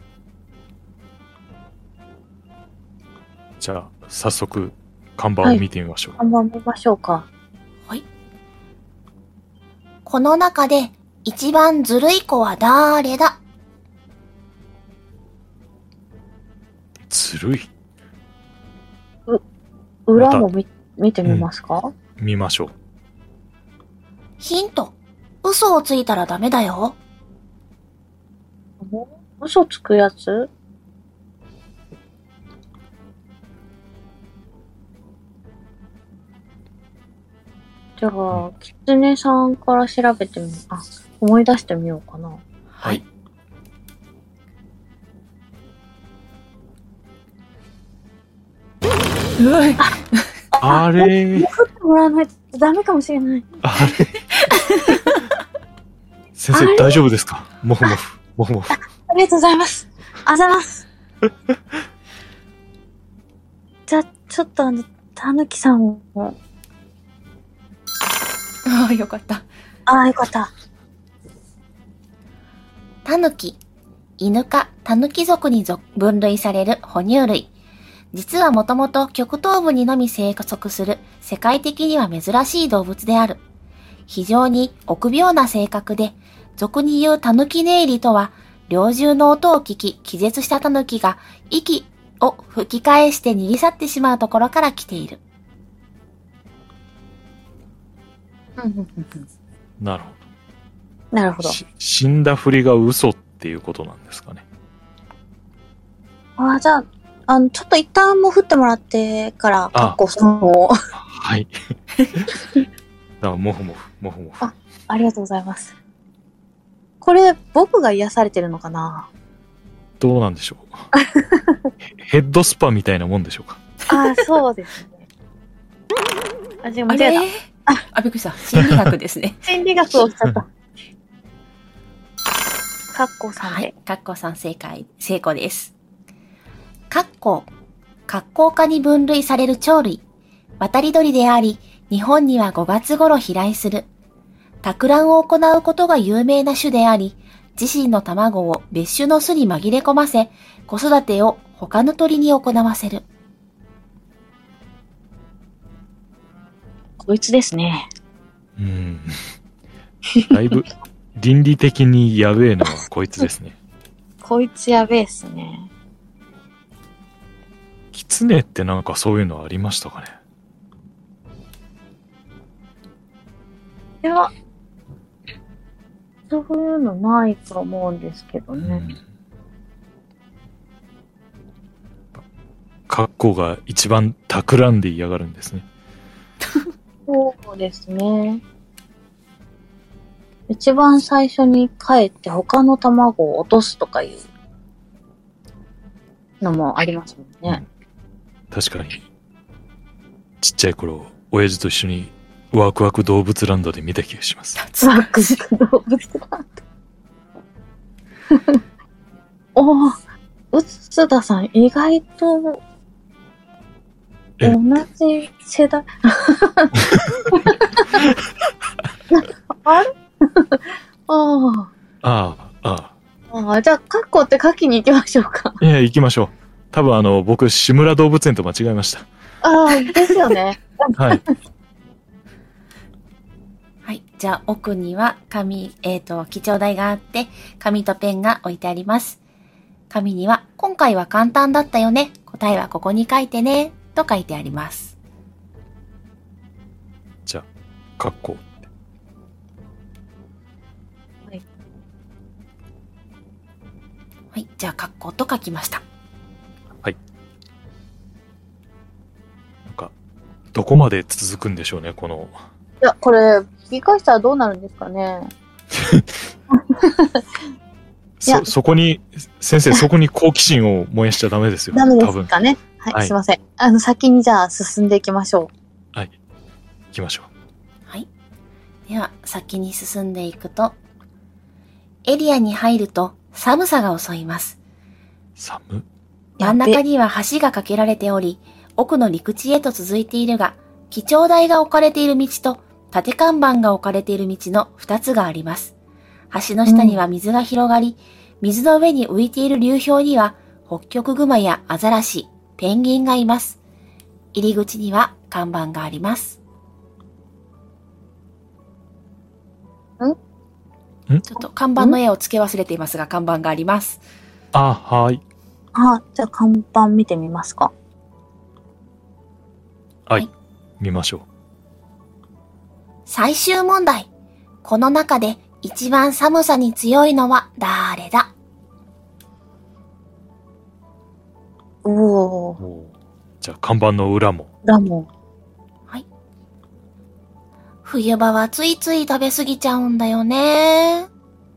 Speaker 2: じゃあ、早速、看板を見てみましょう。
Speaker 3: 看板見ましょうか。
Speaker 1: はい。この中で一番ずるい子は誰だ？
Speaker 2: ずるい。
Speaker 3: 裏も見てみますか？
Speaker 2: 見ましょう。
Speaker 1: ヒント。嘘をついたらダメだよ。
Speaker 3: 嘘つくやつ？じゃあ、キツネさんから調べて思い出してみようかな。
Speaker 2: はい。あれ
Speaker 3: 送ってもらわないとダメかもしれない。
Speaker 2: あれ先生大丈夫ですか？もふもふ。もふもふ。
Speaker 3: ありがとうございます。あざます。じゃあ、ちょっとたぬきさんを。
Speaker 1: ああ、よかった。
Speaker 3: ああ、よかった。
Speaker 1: タヌキ。イヌ科タヌキ属に分類される哺乳類。実はもともと極東部にのみ生息する世界的には珍しい動物である。非常に臆病な性格で、俗に言うタヌキ寝入りとは、猟銃の音を聞き気絶したタヌキが息を吹き返して逃げ去ってしまうところから来ている。
Speaker 2: なるほ
Speaker 3: なるほど。
Speaker 2: ど。死んだふりが嘘っていうことなんですかね。
Speaker 3: じゃあ、ちょっと一旦もう振ってもらってから、カッコさんを。
Speaker 2: はい。だからもふもふ。
Speaker 3: ありがとうございます。これ、僕が癒されてるのかな？
Speaker 2: どうなんでしょう。ヘッドスパみたいなもんでしょうか。
Speaker 3: そうですね。間違え
Speaker 1: た。びっくりした。心理学ですね。
Speaker 3: 心理学をしちゃった。カッコさんで。
Speaker 1: はい。カッコさん成功です。格好科に分類される鳥類。渡り鳥であり、日本には5月頃飛来する。托卵を行うことが有名な種であり、自身の卵を別種の巣に紛れ込ませ、子育てを他の鳥に行わせる。
Speaker 3: こいつですね。
Speaker 2: だいぶ倫理的にやべえのはこいつですね。
Speaker 3: こいつやべえっすね。
Speaker 2: キツネってなんかそういうのありましたかね。
Speaker 3: いや、そういうのないと思うんですけどね。
Speaker 2: カッコが一番企んで嫌がるんですね。
Speaker 3: そうですね。一番最初に帰って他の卵を落とすとかいうのもありますもんね。
Speaker 2: 確かに。ちっちゃい頃、親父と一緒にワクワク動物ランドで見た気がします。
Speaker 3: ワクワク動物ランド。うつださん、意外と同じ世代。あれじゃあ、カッコって書きに行きましょうか。
Speaker 2: いや、行きましょう。多分僕、志村動物園と間違えました。
Speaker 3: ですよね。
Speaker 2: はい。
Speaker 1: はい。じゃあ、奥には記帳台があって、紙とペンが置いてあります。紙には、今回は簡単だったよね。答えはここに書いてね。と書いてあります。
Speaker 2: じゃあ、カッコ。
Speaker 1: はい。はい。じゃあ、カッコと書きました。
Speaker 2: はい。なんか、どこまで続くんでしょうね、この。
Speaker 3: いや、これ、聞き返したらどうなるんですかね。
Speaker 2: そこに、先生、そこに好奇心を燃やしちゃダメですよ。
Speaker 3: ダメですかね。はい、すいません。先にじゃあ進んでいきましょ
Speaker 2: う。はい。行きましょう。
Speaker 1: はい。では、先に進んでいくと、エリアに入ると寒さが襲います。
Speaker 2: 真
Speaker 1: ん中には橋が架けられており、奥の陸地へと続いているが、記帳台が置かれている道と縦看板が置かれている道の2つがあります。橋の下には水が広がり、水の上に浮いている流氷にはホッキョクグマやアザラシ、ペンギンがいます。入り口には看板があります。ちょっと看板の絵を付け忘れていますが、看板があります。
Speaker 2: はい。
Speaker 3: じゃあ看板見てみますか。
Speaker 2: はい。見ましょう。
Speaker 1: 最終問題。この中で一番寒さに強いのは誰だ？
Speaker 2: じゃあ看板の裏も。
Speaker 1: はい。冬場はついつい食べ過ぎちゃうんだよね。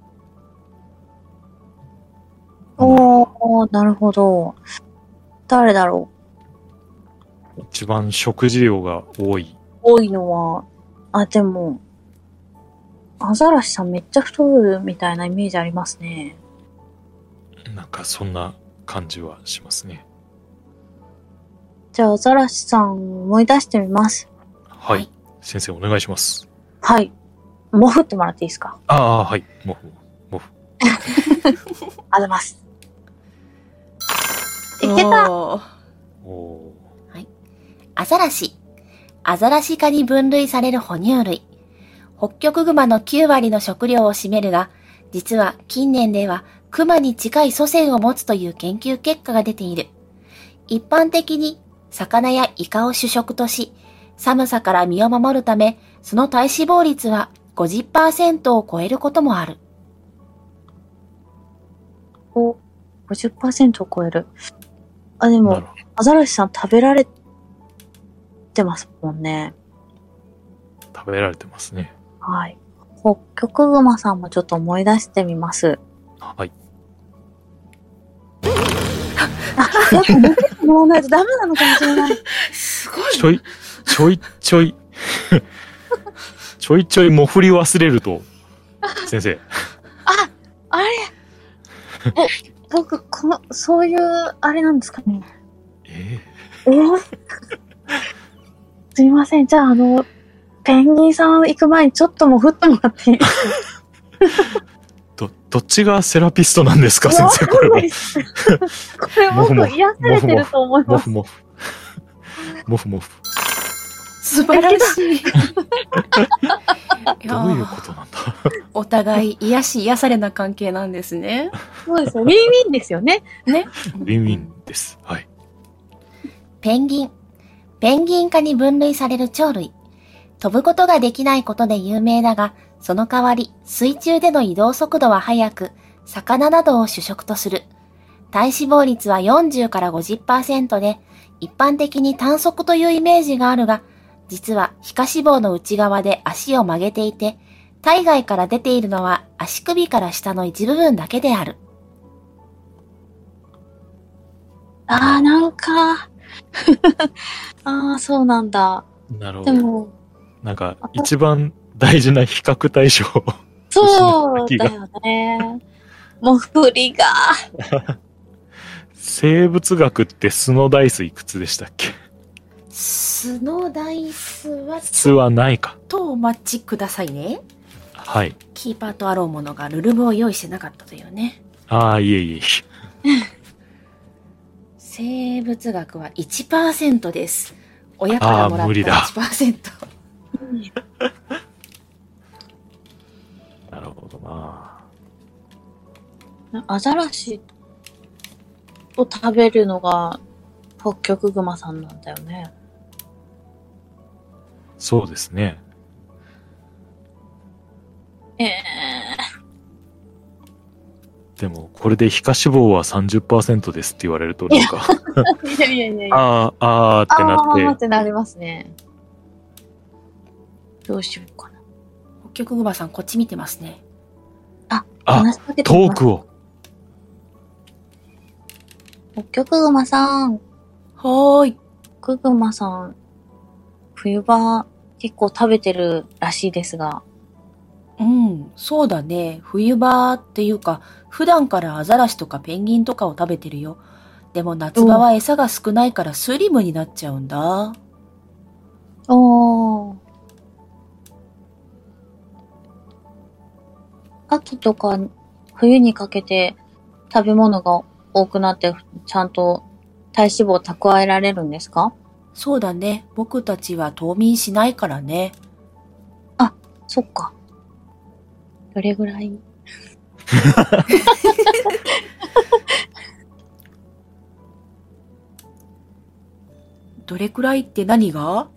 Speaker 3: なるほど。誰だろ
Speaker 2: う。一番食事量が多い。
Speaker 3: 多いのは、でも、アザラシさんめっちゃ太るみたいなイメージありますね。
Speaker 2: なんかそんな感じはしますね。
Speaker 3: じゃあアザラシさん思い出してみます。
Speaker 2: はい。先生お願いします。
Speaker 3: はい。もふってもらっていいですか？
Speaker 2: ああ、はい。もふ。
Speaker 3: ありがとうございます。いけた。
Speaker 1: おー
Speaker 2: お
Speaker 1: アザラシ。アザラシ科に分類される哺乳類。ホッキョクグマの9割の食料を占めるが、実は近年ではクマに近い祖先を持つという研究結果が出ている。一般的に魚やイカを主食とし、寒さから身を守るため、その体脂肪率は 50% を超えることもある。
Speaker 3: お、50% を超える。あ、でも
Speaker 2: なるほ、
Speaker 3: アザラシさん食べられてますもんね。
Speaker 2: ど。食べられてますね。
Speaker 3: はい。ホッキョクグマさんもちょっと思い出してみます。
Speaker 2: はい。
Speaker 3: あ、やっぱ持ってってもらわないとダメなのかもしれない。
Speaker 1: すご
Speaker 2: ちょいちょいもふり忘れると、先生。
Speaker 3: あれ僕、そういう、あれなんですかね。
Speaker 2: え
Speaker 3: すいません。じゃあ、ペンギンさん行く前にちょっともふってもらっていいです
Speaker 2: どっちがセラピストなんですか、先生、これは。
Speaker 3: これ僕癒されてると思います。
Speaker 2: もふ。
Speaker 1: 素晴らしい。
Speaker 2: どういうことなんだ。
Speaker 1: お互い癒されな関係なんですね。
Speaker 3: そうですよ。ウィンウィンですよね。
Speaker 1: ね。
Speaker 2: ウィンウィンです。はい。
Speaker 1: ペンギン。ペンギン科に分類される鳥類。飛ぶことができないことで有名だが、その代わり水中での移動速度は速く、魚などを主食とする。体脂肪率は40から 50% で、一般的に短足というイメージがあるが、実は皮下脂肪の内側で足を曲げていて、体外から出ているのは足首から下の一部分だけである。
Speaker 3: なんか。そうなんだ。
Speaker 2: なるほど。
Speaker 3: でも、
Speaker 2: なんか、一番大事な比較対象。
Speaker 3: そうだよね。もう振りが。
Speaker 2: 生物学って素のダイスいくつでしたっけ？
Speaker 1: 素のダイスは
Speaker 2: 素はないか。
Speaker 1: とお待ちくださいね。
Speaker 2: はい。
Speaker 1: キーパーとあろうものがルルブを用意してなかったというね。
Speaker 2: ああ、いえいえ。
Speaker 1: 生物学は 1% です。親からもらった
Speaker 2: 無理だ
Speaker 1: 1%。
Speaker 2: なるほどな。
Speaker 3: アザラシを食べるのが、ホッキョクグマさんなんだよね。
Speaker 2: そうですね。でも、これで皮下脂肪は 30% ですって言われると、なんか、
Speaker 3: いやいやいやいや。
Speaker 2: あーってなっ、
Speaker 3: っててなりますね。どうしようかな。
Speaker 1: ホッキョクグマさんこっち見てますね。
Speaker 2: あ、
Speaker 3: 話しかけて
Speaker 2: ト
Speaker 3: みます。
Speaker 2: ークを。
Speaker 3: ホッキョクグマさん、
Speaker 1: はーい。
Speaker 3: クグマさん、冬場結構食べてるらしいですが。
Speaker 1: うん、そうだね。冬場っていうか、普段からアザラシとかペンギンとかを食べてるよ。でも夏場は餌が少ないからスリムになっちゃうんだ。
Speaker 3: おー。秋とか冬にかけて食べ物が多くなってちゃんと体脂肪を蓄えられるんですか？
Speaker 1: そうだね。僕たちは冬眠しないからね。
Speaker 3: そっか。どれぐらい？
Speaker 1: どれくらいって何が？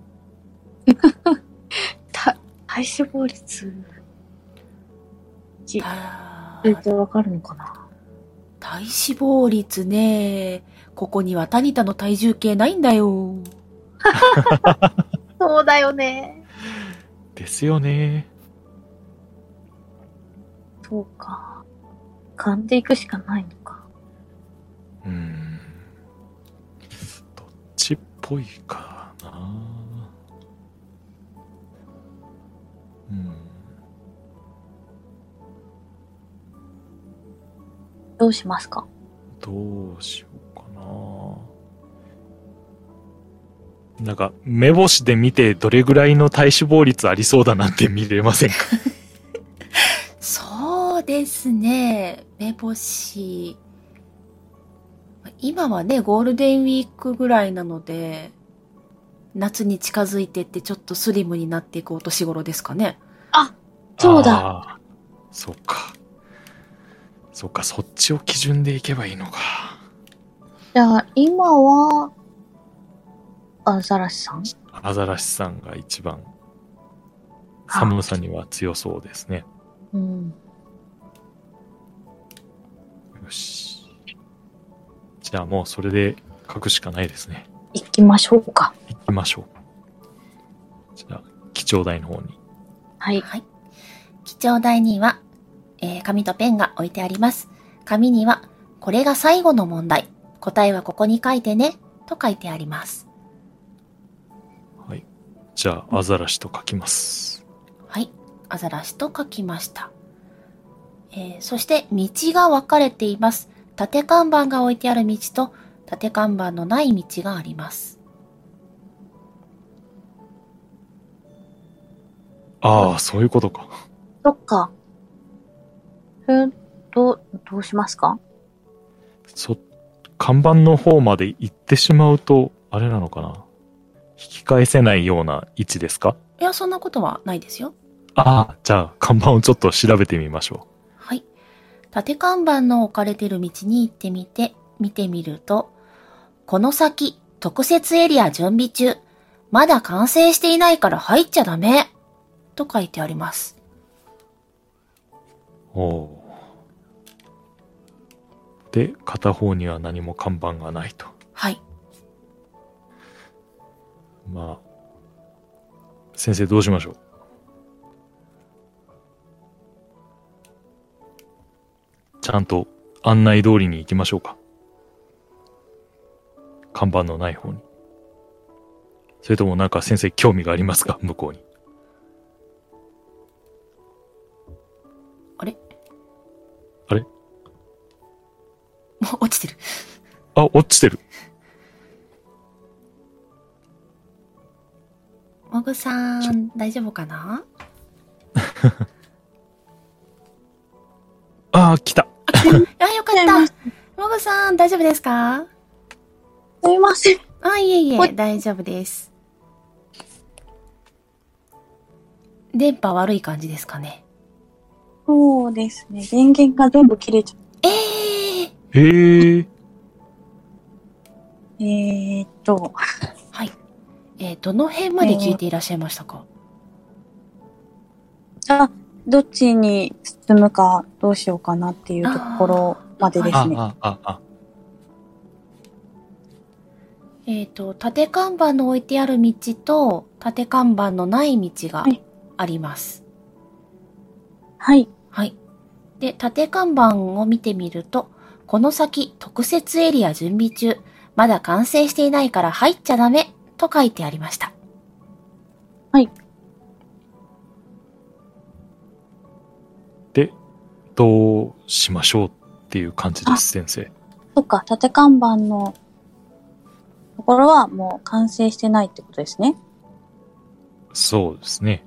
Speaker 3: 体脂肪率わかるのかな？
Speaker 1: 体脂肪率ね。ここにはタニタの体重計ないんだよ。
Speaker 3: そうだよね。
Speaker 2: ですよね。
Speaker 3: そうか。噛んでいくしかないのか。
Speaker 2: どっちっぽいかな。
Speaker 3: どうしますか？
Speaker 2: どうしようかな。 なんか、目星で見てどれぐらいの体脂肪率ありそうだなんて見れませんか？
Speaker 1: そうですね。目星。今はね、ゴールデンウィークぐらいなので、夏に近づいてってちょっとスリムになっていくお年頃ですかね。
Speaker 3: そうだ。
Speaker 2: あーそっか。そっか、そっちを基準でいけばいいのか。
Speaker 3: じゃあ、今は、アザラシさん？
Speaker 2: アザラシさんが一番寒さには強そうですね。
Speaker 3: うん。
Speaker 2: よし。じゃあもうそれで書くしかないですね。
Speaker 3: 行きましょうか。
Speaker 2: 行きましょう。じゃあ、記帳台の方に。
Speaker 3: はい。
Speaker 1: はい。記帳台には、紙とペンが置いてあります。紙には、これが最後の問題。答えはここに書いてね。と書いてあります。
Speaker 2: はい。じゃあ、アザラシと書きます。
Speaker 1: はい。アザラシと書きました。そして道が分かれています。縦看板が置いてある道と縦看板のない道があります。
Speaker 2: ああ、そういうことか。
Speaker 3: そっか。どうしますか？
Speaker 2: 看板の方まで行ってしまうと、あれなのかな。引き返せないような位置ですか？
Speaker 1: いや、そんなことはないですよ。
Speaker 2: ああ、じゃあ、看板をちょっと調べてみましょ
Speaker 1: はい。縦看板の置かれている道に行ってみて、見てみると、この先、特設エリア準備中。まだ完成していないから入っちゃダメ。と書いてあります。
Speaker 2: う。おお。で、片方には何も看板がないと。
Speaker 1: はい。
Speaker 2: まあ、先生どうしましょう？ちゃんと案内通りに行きましょうか？看板のない方に。それともなんか先生興味がありますか？向こうに。
Speaker 1: あれ
Speaker 2: あれ？
Speaker 1: もう落ちてる。
Speaker 2: あ、落ちてる。
Speaker 1: もぐさん、大丈夫かな？
Speaker 2: ああ、来た。
Speaker 1: あ、よかった。もぐさん、大丈夫ですか？
Speaker 3: すいません。
Speaker 1: あ、いえいえ、大丈夫です。電波悪い感じですかね。
Speaker 3: そうですね。電源が全部切れちゃう。
Speaker 2: へえ。
Speaker 1: はい。どの辺まで聞いていらっしゃいましたか？
Speaker 3: どっちに進むかどうしようかなっていうところまでですね。
Speaker 1: 縦看板の置いてある道と、縦看板のない道があります。
Speaker 3: はい。
Speaker 1: はい。で、縦看板を見てみると、この先特設エリア準備中、まだ完成していないから入っちゃダメと書いてありました。
Speaker 3: はい。
Speaker 2: で、どうしましょうっていう感じです、先生。
Speaker 3: そっか、縦看板のところはもう完成してないってことですね。
Speaker 2: そうですね。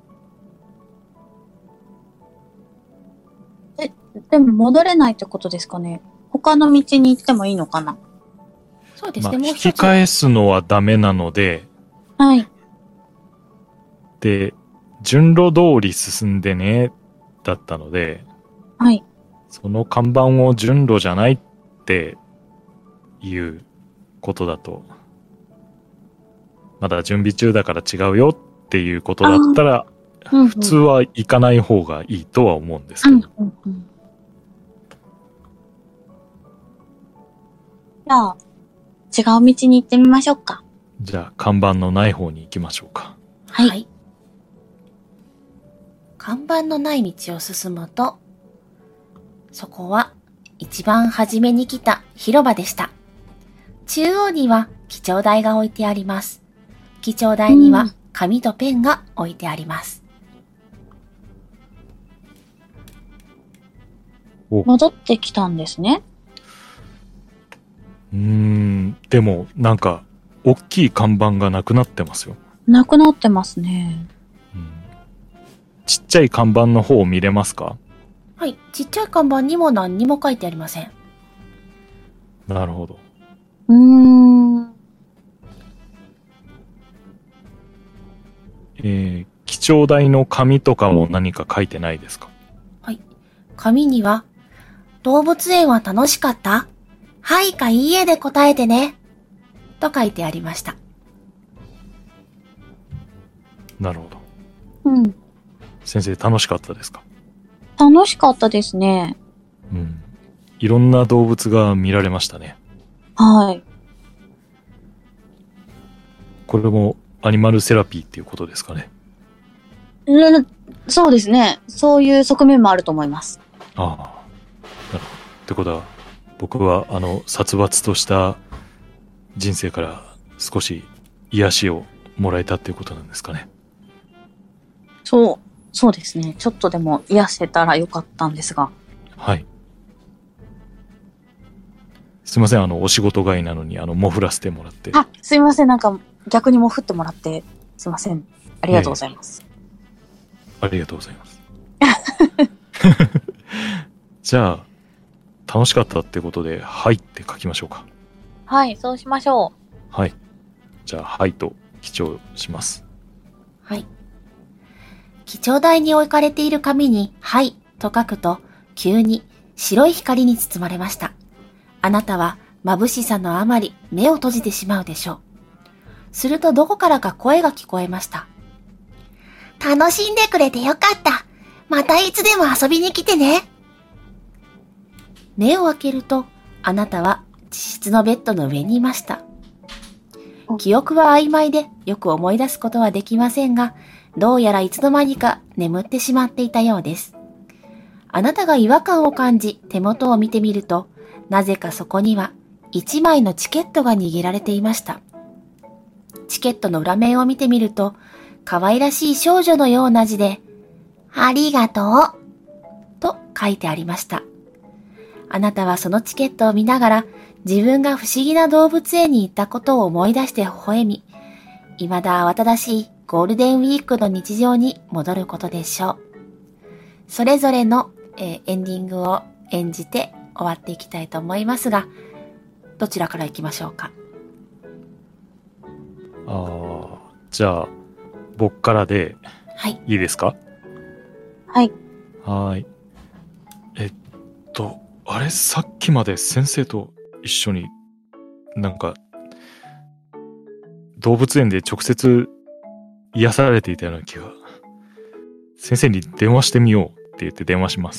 Speaker 3: でも戻れないってことですかね。他の道に行ってもいいのかな。
Speaker 1: そうですね、もう
Speaker 2: 引
Speaker 1: 一つ。
Speaker 2: き返すのはダメなので、
Speaker 3: はい。
Speaker 2: で、順路通り進んでね、だったので、
Speaker 3: はい。
Speaker 2: その看板を順路じゃないっていうことだと、まだ準備中だから違うよっていうことだったら、普通は行かない方がいいとは思うんですけど。
Speaker 3: じゃあ、違う道に行ってみましょうか。
Speaker 2: じゃあ、看板のない方に行きましょうか。
Speaker 3: はい。
Speaker 1: 看板のない道を進むと、そこは一番初めに来た広場でした。中央には記帳台が置いてあります。記帳台には紙とペンが置いてあります。
Speaker 3: 戻ってきたんですね。
Speaker 2: でも、なんか、 大きい看板がなくなってますよ。
Speaker 3: なくなってますね。
Speaker 2: ちっちゃい看板の方を見れますか？
Speaker 1: はい。ちっちゃい看板にも何にも書いてありません。
Speaker 2: なるほど。記帳台の紙とかも何か書いてないですか？
Speaker 1: はい。紙には、動物園は楽しかった？はいかいいえで答えてね。と書いてありました。
Speaker 2: なるほど。
Speaker 3: うん。
Speaker 2: 先生楽しかったですか？
Speaker 3: 楽しかったですね。
Speaker 2: うん。いろんな動物が見られましたね。
Speaker 3: はい。
Speaker 2: これもアニマルセラピーっていうことですかね。
Speaker 3: そうですね。そういう側面もあると思います。
Speaker 2: ああ。なるほど。ってことは、僕は殺伐とした人生から少し癒しをもらえたっていうことなんですかね。
Speaker 3: そうですね。ちょっとでも癒せたらよかったんですが。
Speaker 2: はい。すいません、お仕事外なのに、もふらせてもらって。
Speaker 3: あ、すいません。なんか逆にも振ってもらって、すいません。ありがとうございます。
Speaker 2: ありがとうございます。じゃあ、楽しかったってことで、はいって書きましょうか。
Speaker 3: はい、そうしましょう。
Speaker 2: はい。じゃあ、はいと記帳します。
Speaker 1: はい。記帳台に置かれている紙に、はいと書くと、急に白い光に包まれました。あなたは眩しさのあまり目を閉じてしまうでしょう。するとどこからか声が聞こえました。楽しんでくれてよかった。またいつでも遊びに来てね。目を開けると、あなたは自室のベッドの上にいました。記憶は曖昧でよく思い出すことはできませんが、どうやらいつの間にか眠ってしまっていたようです。あなたが違和感を感じ手元を見てみると、なぜかそこには1枚のチケットが握られていました。チケットの裏面を見てみると、可愛らしい少女のような字で、ありがとうと書いてありました。あなたはそのチケットを見ながら自分が不思議な動物園に行ったことを思い出して微笑み、未だ慌ただしいゴールデンウィークの日常に戻ることでしょう。それぞれの、エンディングを演じて終わっていきたいと思いますが、どちらから行きましょうか。
Speaker 2: じゃあ、僕からでいいですか？
Speaker 3: はい。
Speaker 2: はい。あれ、さっきまで先生と一緒になんか動物園で直接癒されていたような気が。先生に電話してみようって言って電話します。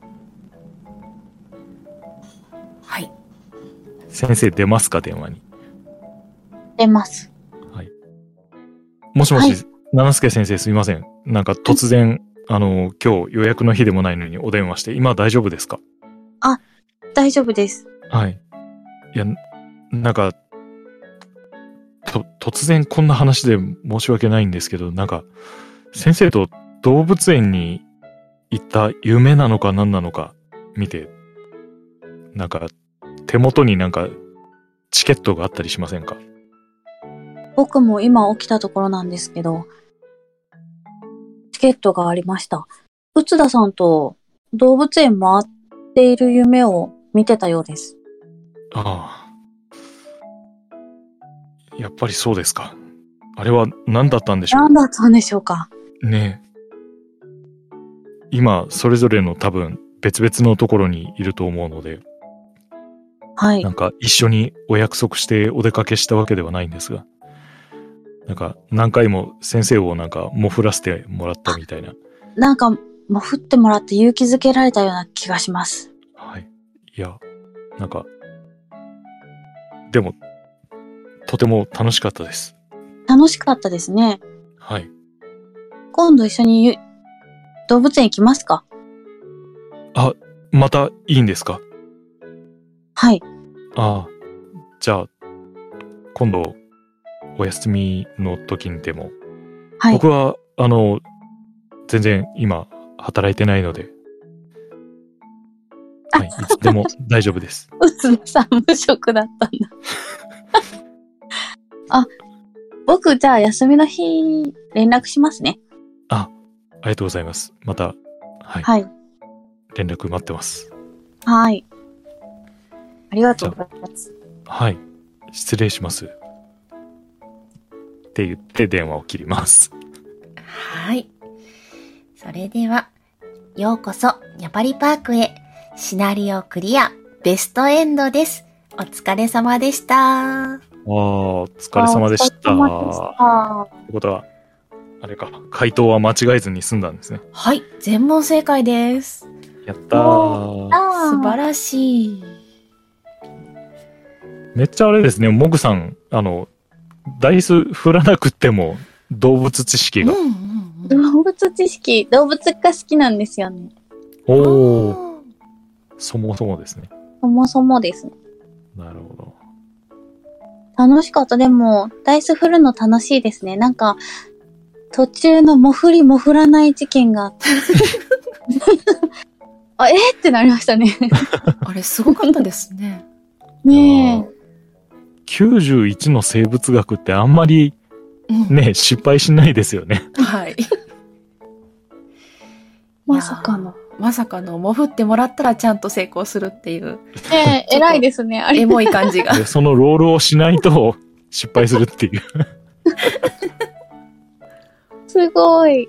Speaker 1: はい。
Speaker 2: 先生出ますか？電話に。
Speaker 3: 出ます。
Speaker 2: はい。もしもし、七助先生すいません。なんか突然、今日予約の日でもないのにお電話して、今大丈夫ですか？
Speaker 3: 大丈夫です。
Speaker 2: はい。いや、なんか、突然こんな話で申し訳ないんですけど、なんか、先生と動物園に行った夢なのか何なのか見て、なんか、手元になんか、チケットがあったりしませんか？
Speaker 3: 僕も今起きたところなんですけど、チケットがありました。内田さんと動物園回っている夢を見てたようです。
Speaker 2: ああ。やっぱりそうですか。あれは何だったんでしょう？
Speaker 3: 何だったんでしょうか。
Speaker 2: ねえ。今、それぞれの多分、別々のところにいると思うので、
Speaker 3: はい。
Speaker 2: なんか一緒にお約束してお出かけしたわけではないんですが、なんか何回も先生をなんかもふらせてもらったみたいな。
Speaker 3: なんか、もう振ってもらって勇気づけられたような気がします。
Speaker 2: はい。いや、なんか、でも、とても楽しかったです。
Speaker 3: 楽しかったですね。
Speaker 2: はい。
Speaker 3: 今度一緒に動物園行きますか？
Speaker 2: あ、またいいんですか？
Speaker 3: はい。
Speaker 2: ああ、じゃあ、今度、お休みの時にでも、
Speaker 3: はい。
Speaker 2: 僕は、全然今、働いてないので、はい、いつでも大丈夫です。
Speaker 3: 内田さん無職だったんだ。 僕、じゃあ休みの日、連絡しますね。
Speaker 2: ありがとうございます。また、はい。
Speaker 3: はい。
Speaker 2: 連絡待ってます。
Speaker 3: はい。ありがとうございます。
Speaker 2: はい。失礼します。って言って電話を切ります。
Speaker 1: はい。それでは、ようこそ、ニャパリパークへ。シナリオクリア、ベストエンドです。お疲れ様でした。
Speaker 2: お疲れ様でした。
Speaker 3: お疲れ様でした。
Speaker 2: ってことは、あれか、回答は間違えずに済んだんですね。
Speaker 1: はい、全問正解です。
Speaker 2: やったー。
Speaker 1: 素晴らしい。
Speaker 2: めっちゃあれですね、モグさん、ダイス振らなくても動物知識が。
Speaker 3: 動物知識、動物が好きなんですよね。
Speaker 2: おー。そもそもですね。
Speaker 3: そもそもですね。
Speaker 2: なるほど。
Speaker 3: 楽しかった。でも、ダイス振るの楽しいですね。なんか、途中のも振りも振らない事件があって。ってなりましたね。
Speaker 1: あれ、すごかったですね。
Speaker 3: ねえ。
Speaker 2: 91の生物学ってあんまりね、失敗しないですよね。
Speaker 1: はい。
Speaker 3: まさかの。
Speaker 1: まさかの、もふってもらったらちゃんと成功するっていう。
Speaker 3: 偉いですね。あれ。
Speaker 1: エモい感じが。
Speaker 2: そのロールをしないと失敗するっていう。
Speaker 3: すごい。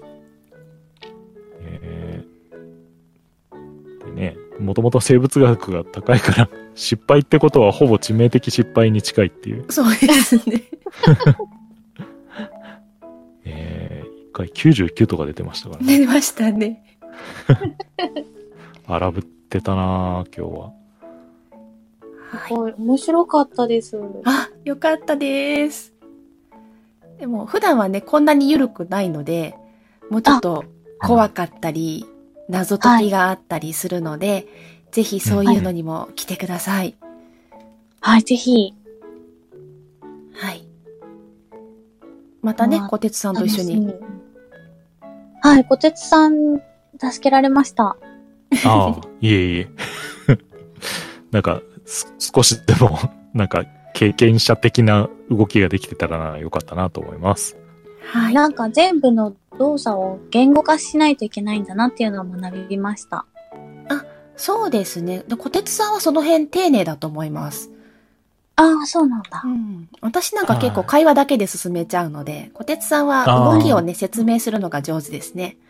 Speaker 2: でね、もともと生物学が高いから、失敗ってことはほぼ致命的失敗に近いっていう。
Speaker 1: そうですね。
Speaker 2: 一回99とか出てましたからね。
Speaker 1: 出ましたね。
Speaker 2: 荒ぶってたなぁ、今日は。
Speaker 3: すごい、面白かったです。
Speaker 1: あ、よかったです。でも、普段はね、こんなに緩くないので、もうちょっと怖かったり、謎解きがあったりするので、ぜひそういうのにも来てください。
Speaker 3: はい、ぜひ。
Speaker 1: はい。またね、小鉄さんと一緒に。
Speaker 3: はい、小鉄さん、助けられました。
Speaker 2: ああ、いえいえ。なんか、少しでも、なんか、経験者的な動きができてたらよかったなと思います。
Speaker 3: はい。なんか全部の動作を言語化しないといけないんだなっていうのを学びました。
Speaker 1: あ、そうですね。小鉄さんはその辺丁寧だと思います。
Speaker 3: ああ、そうなんだ。
Speaker 1: 私なんか結構会話だけで進めちゃうので、小鉄さんは動きをね、説明するのが上手ですね。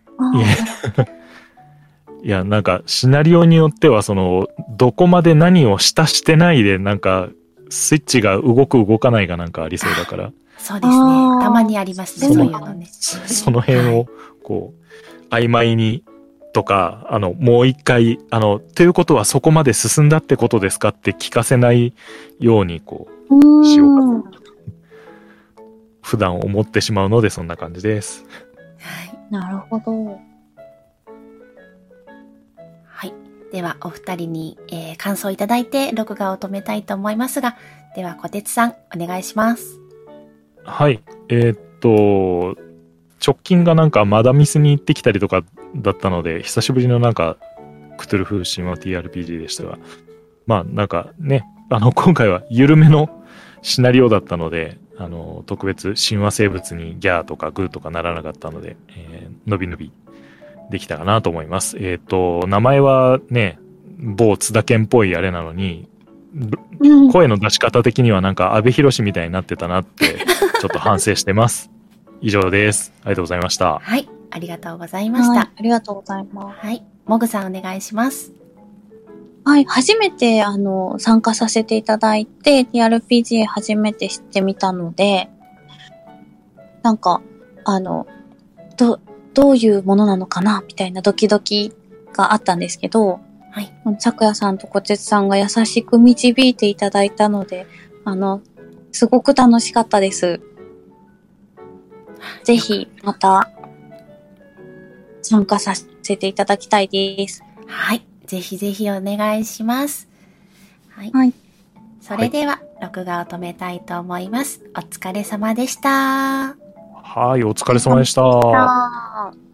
Speaker 2: いや、なんか、シナリオによっては、どこまで何をしてないで、なんか、スイッチが動く動かないがなんかありそうだから。
Speaker 1: そうですね。たまにありますね、そういうのね。
Speaker 2: その辺を、こう、曖昧に、とか、もう一回、ということはそこまで進んだってことですかって聞かせないように、こう、しようかと。普段思ってしまうので、そんな感じです。
Speaker 1: はい。
Speaker 3: なるほど。
Speaker 1: はい。では、お二人に、感想いただいて、録画を止めたいと思いますが、では、小鉄さん、お願いします。
Speaker 2: はい。直近がなんかマダミスに行ってきたりとかだったので、久しぶりのなんか、クトゥルフ神話 TRPG でしたが、まあなんかね、今回は緩めのシナリオだったので、特別神話生物にギャーとかグーとかならなかったので、のびのびできたかなと思います。名前はね、某津田健っぽいあれなのに、声の出し方的にはなんか阿部寛みたいになってたなって、ちょっと反省してます。以上です。ありがとうございました。
Speaker 1: はい。ありがとうございました。
Speaker 3: ありがとうございます。
Speaker 1: はい。もぐさんお願いします。
Speaker 3: はい。初めて、参加させていただいて、TRPG 初めて知ってみたので、なんか、どういうものなのかなみたいなドキドキがあったんですけど、
Speaker 1: はい。
Speaker 3: 咲夜さんと小鉄さんが優しく導いていただいたので、すごく楽しかったです。ぜひ、また、参加させていただきたいです。
Speaker 1: はい。ぜひぜひお願いします。はい。
Speaker 3: はい。
Speaker 1: それでは、録画を止めたいと思います。お疲れ様でした。
Speaker 2: はい、お疲れ様でした。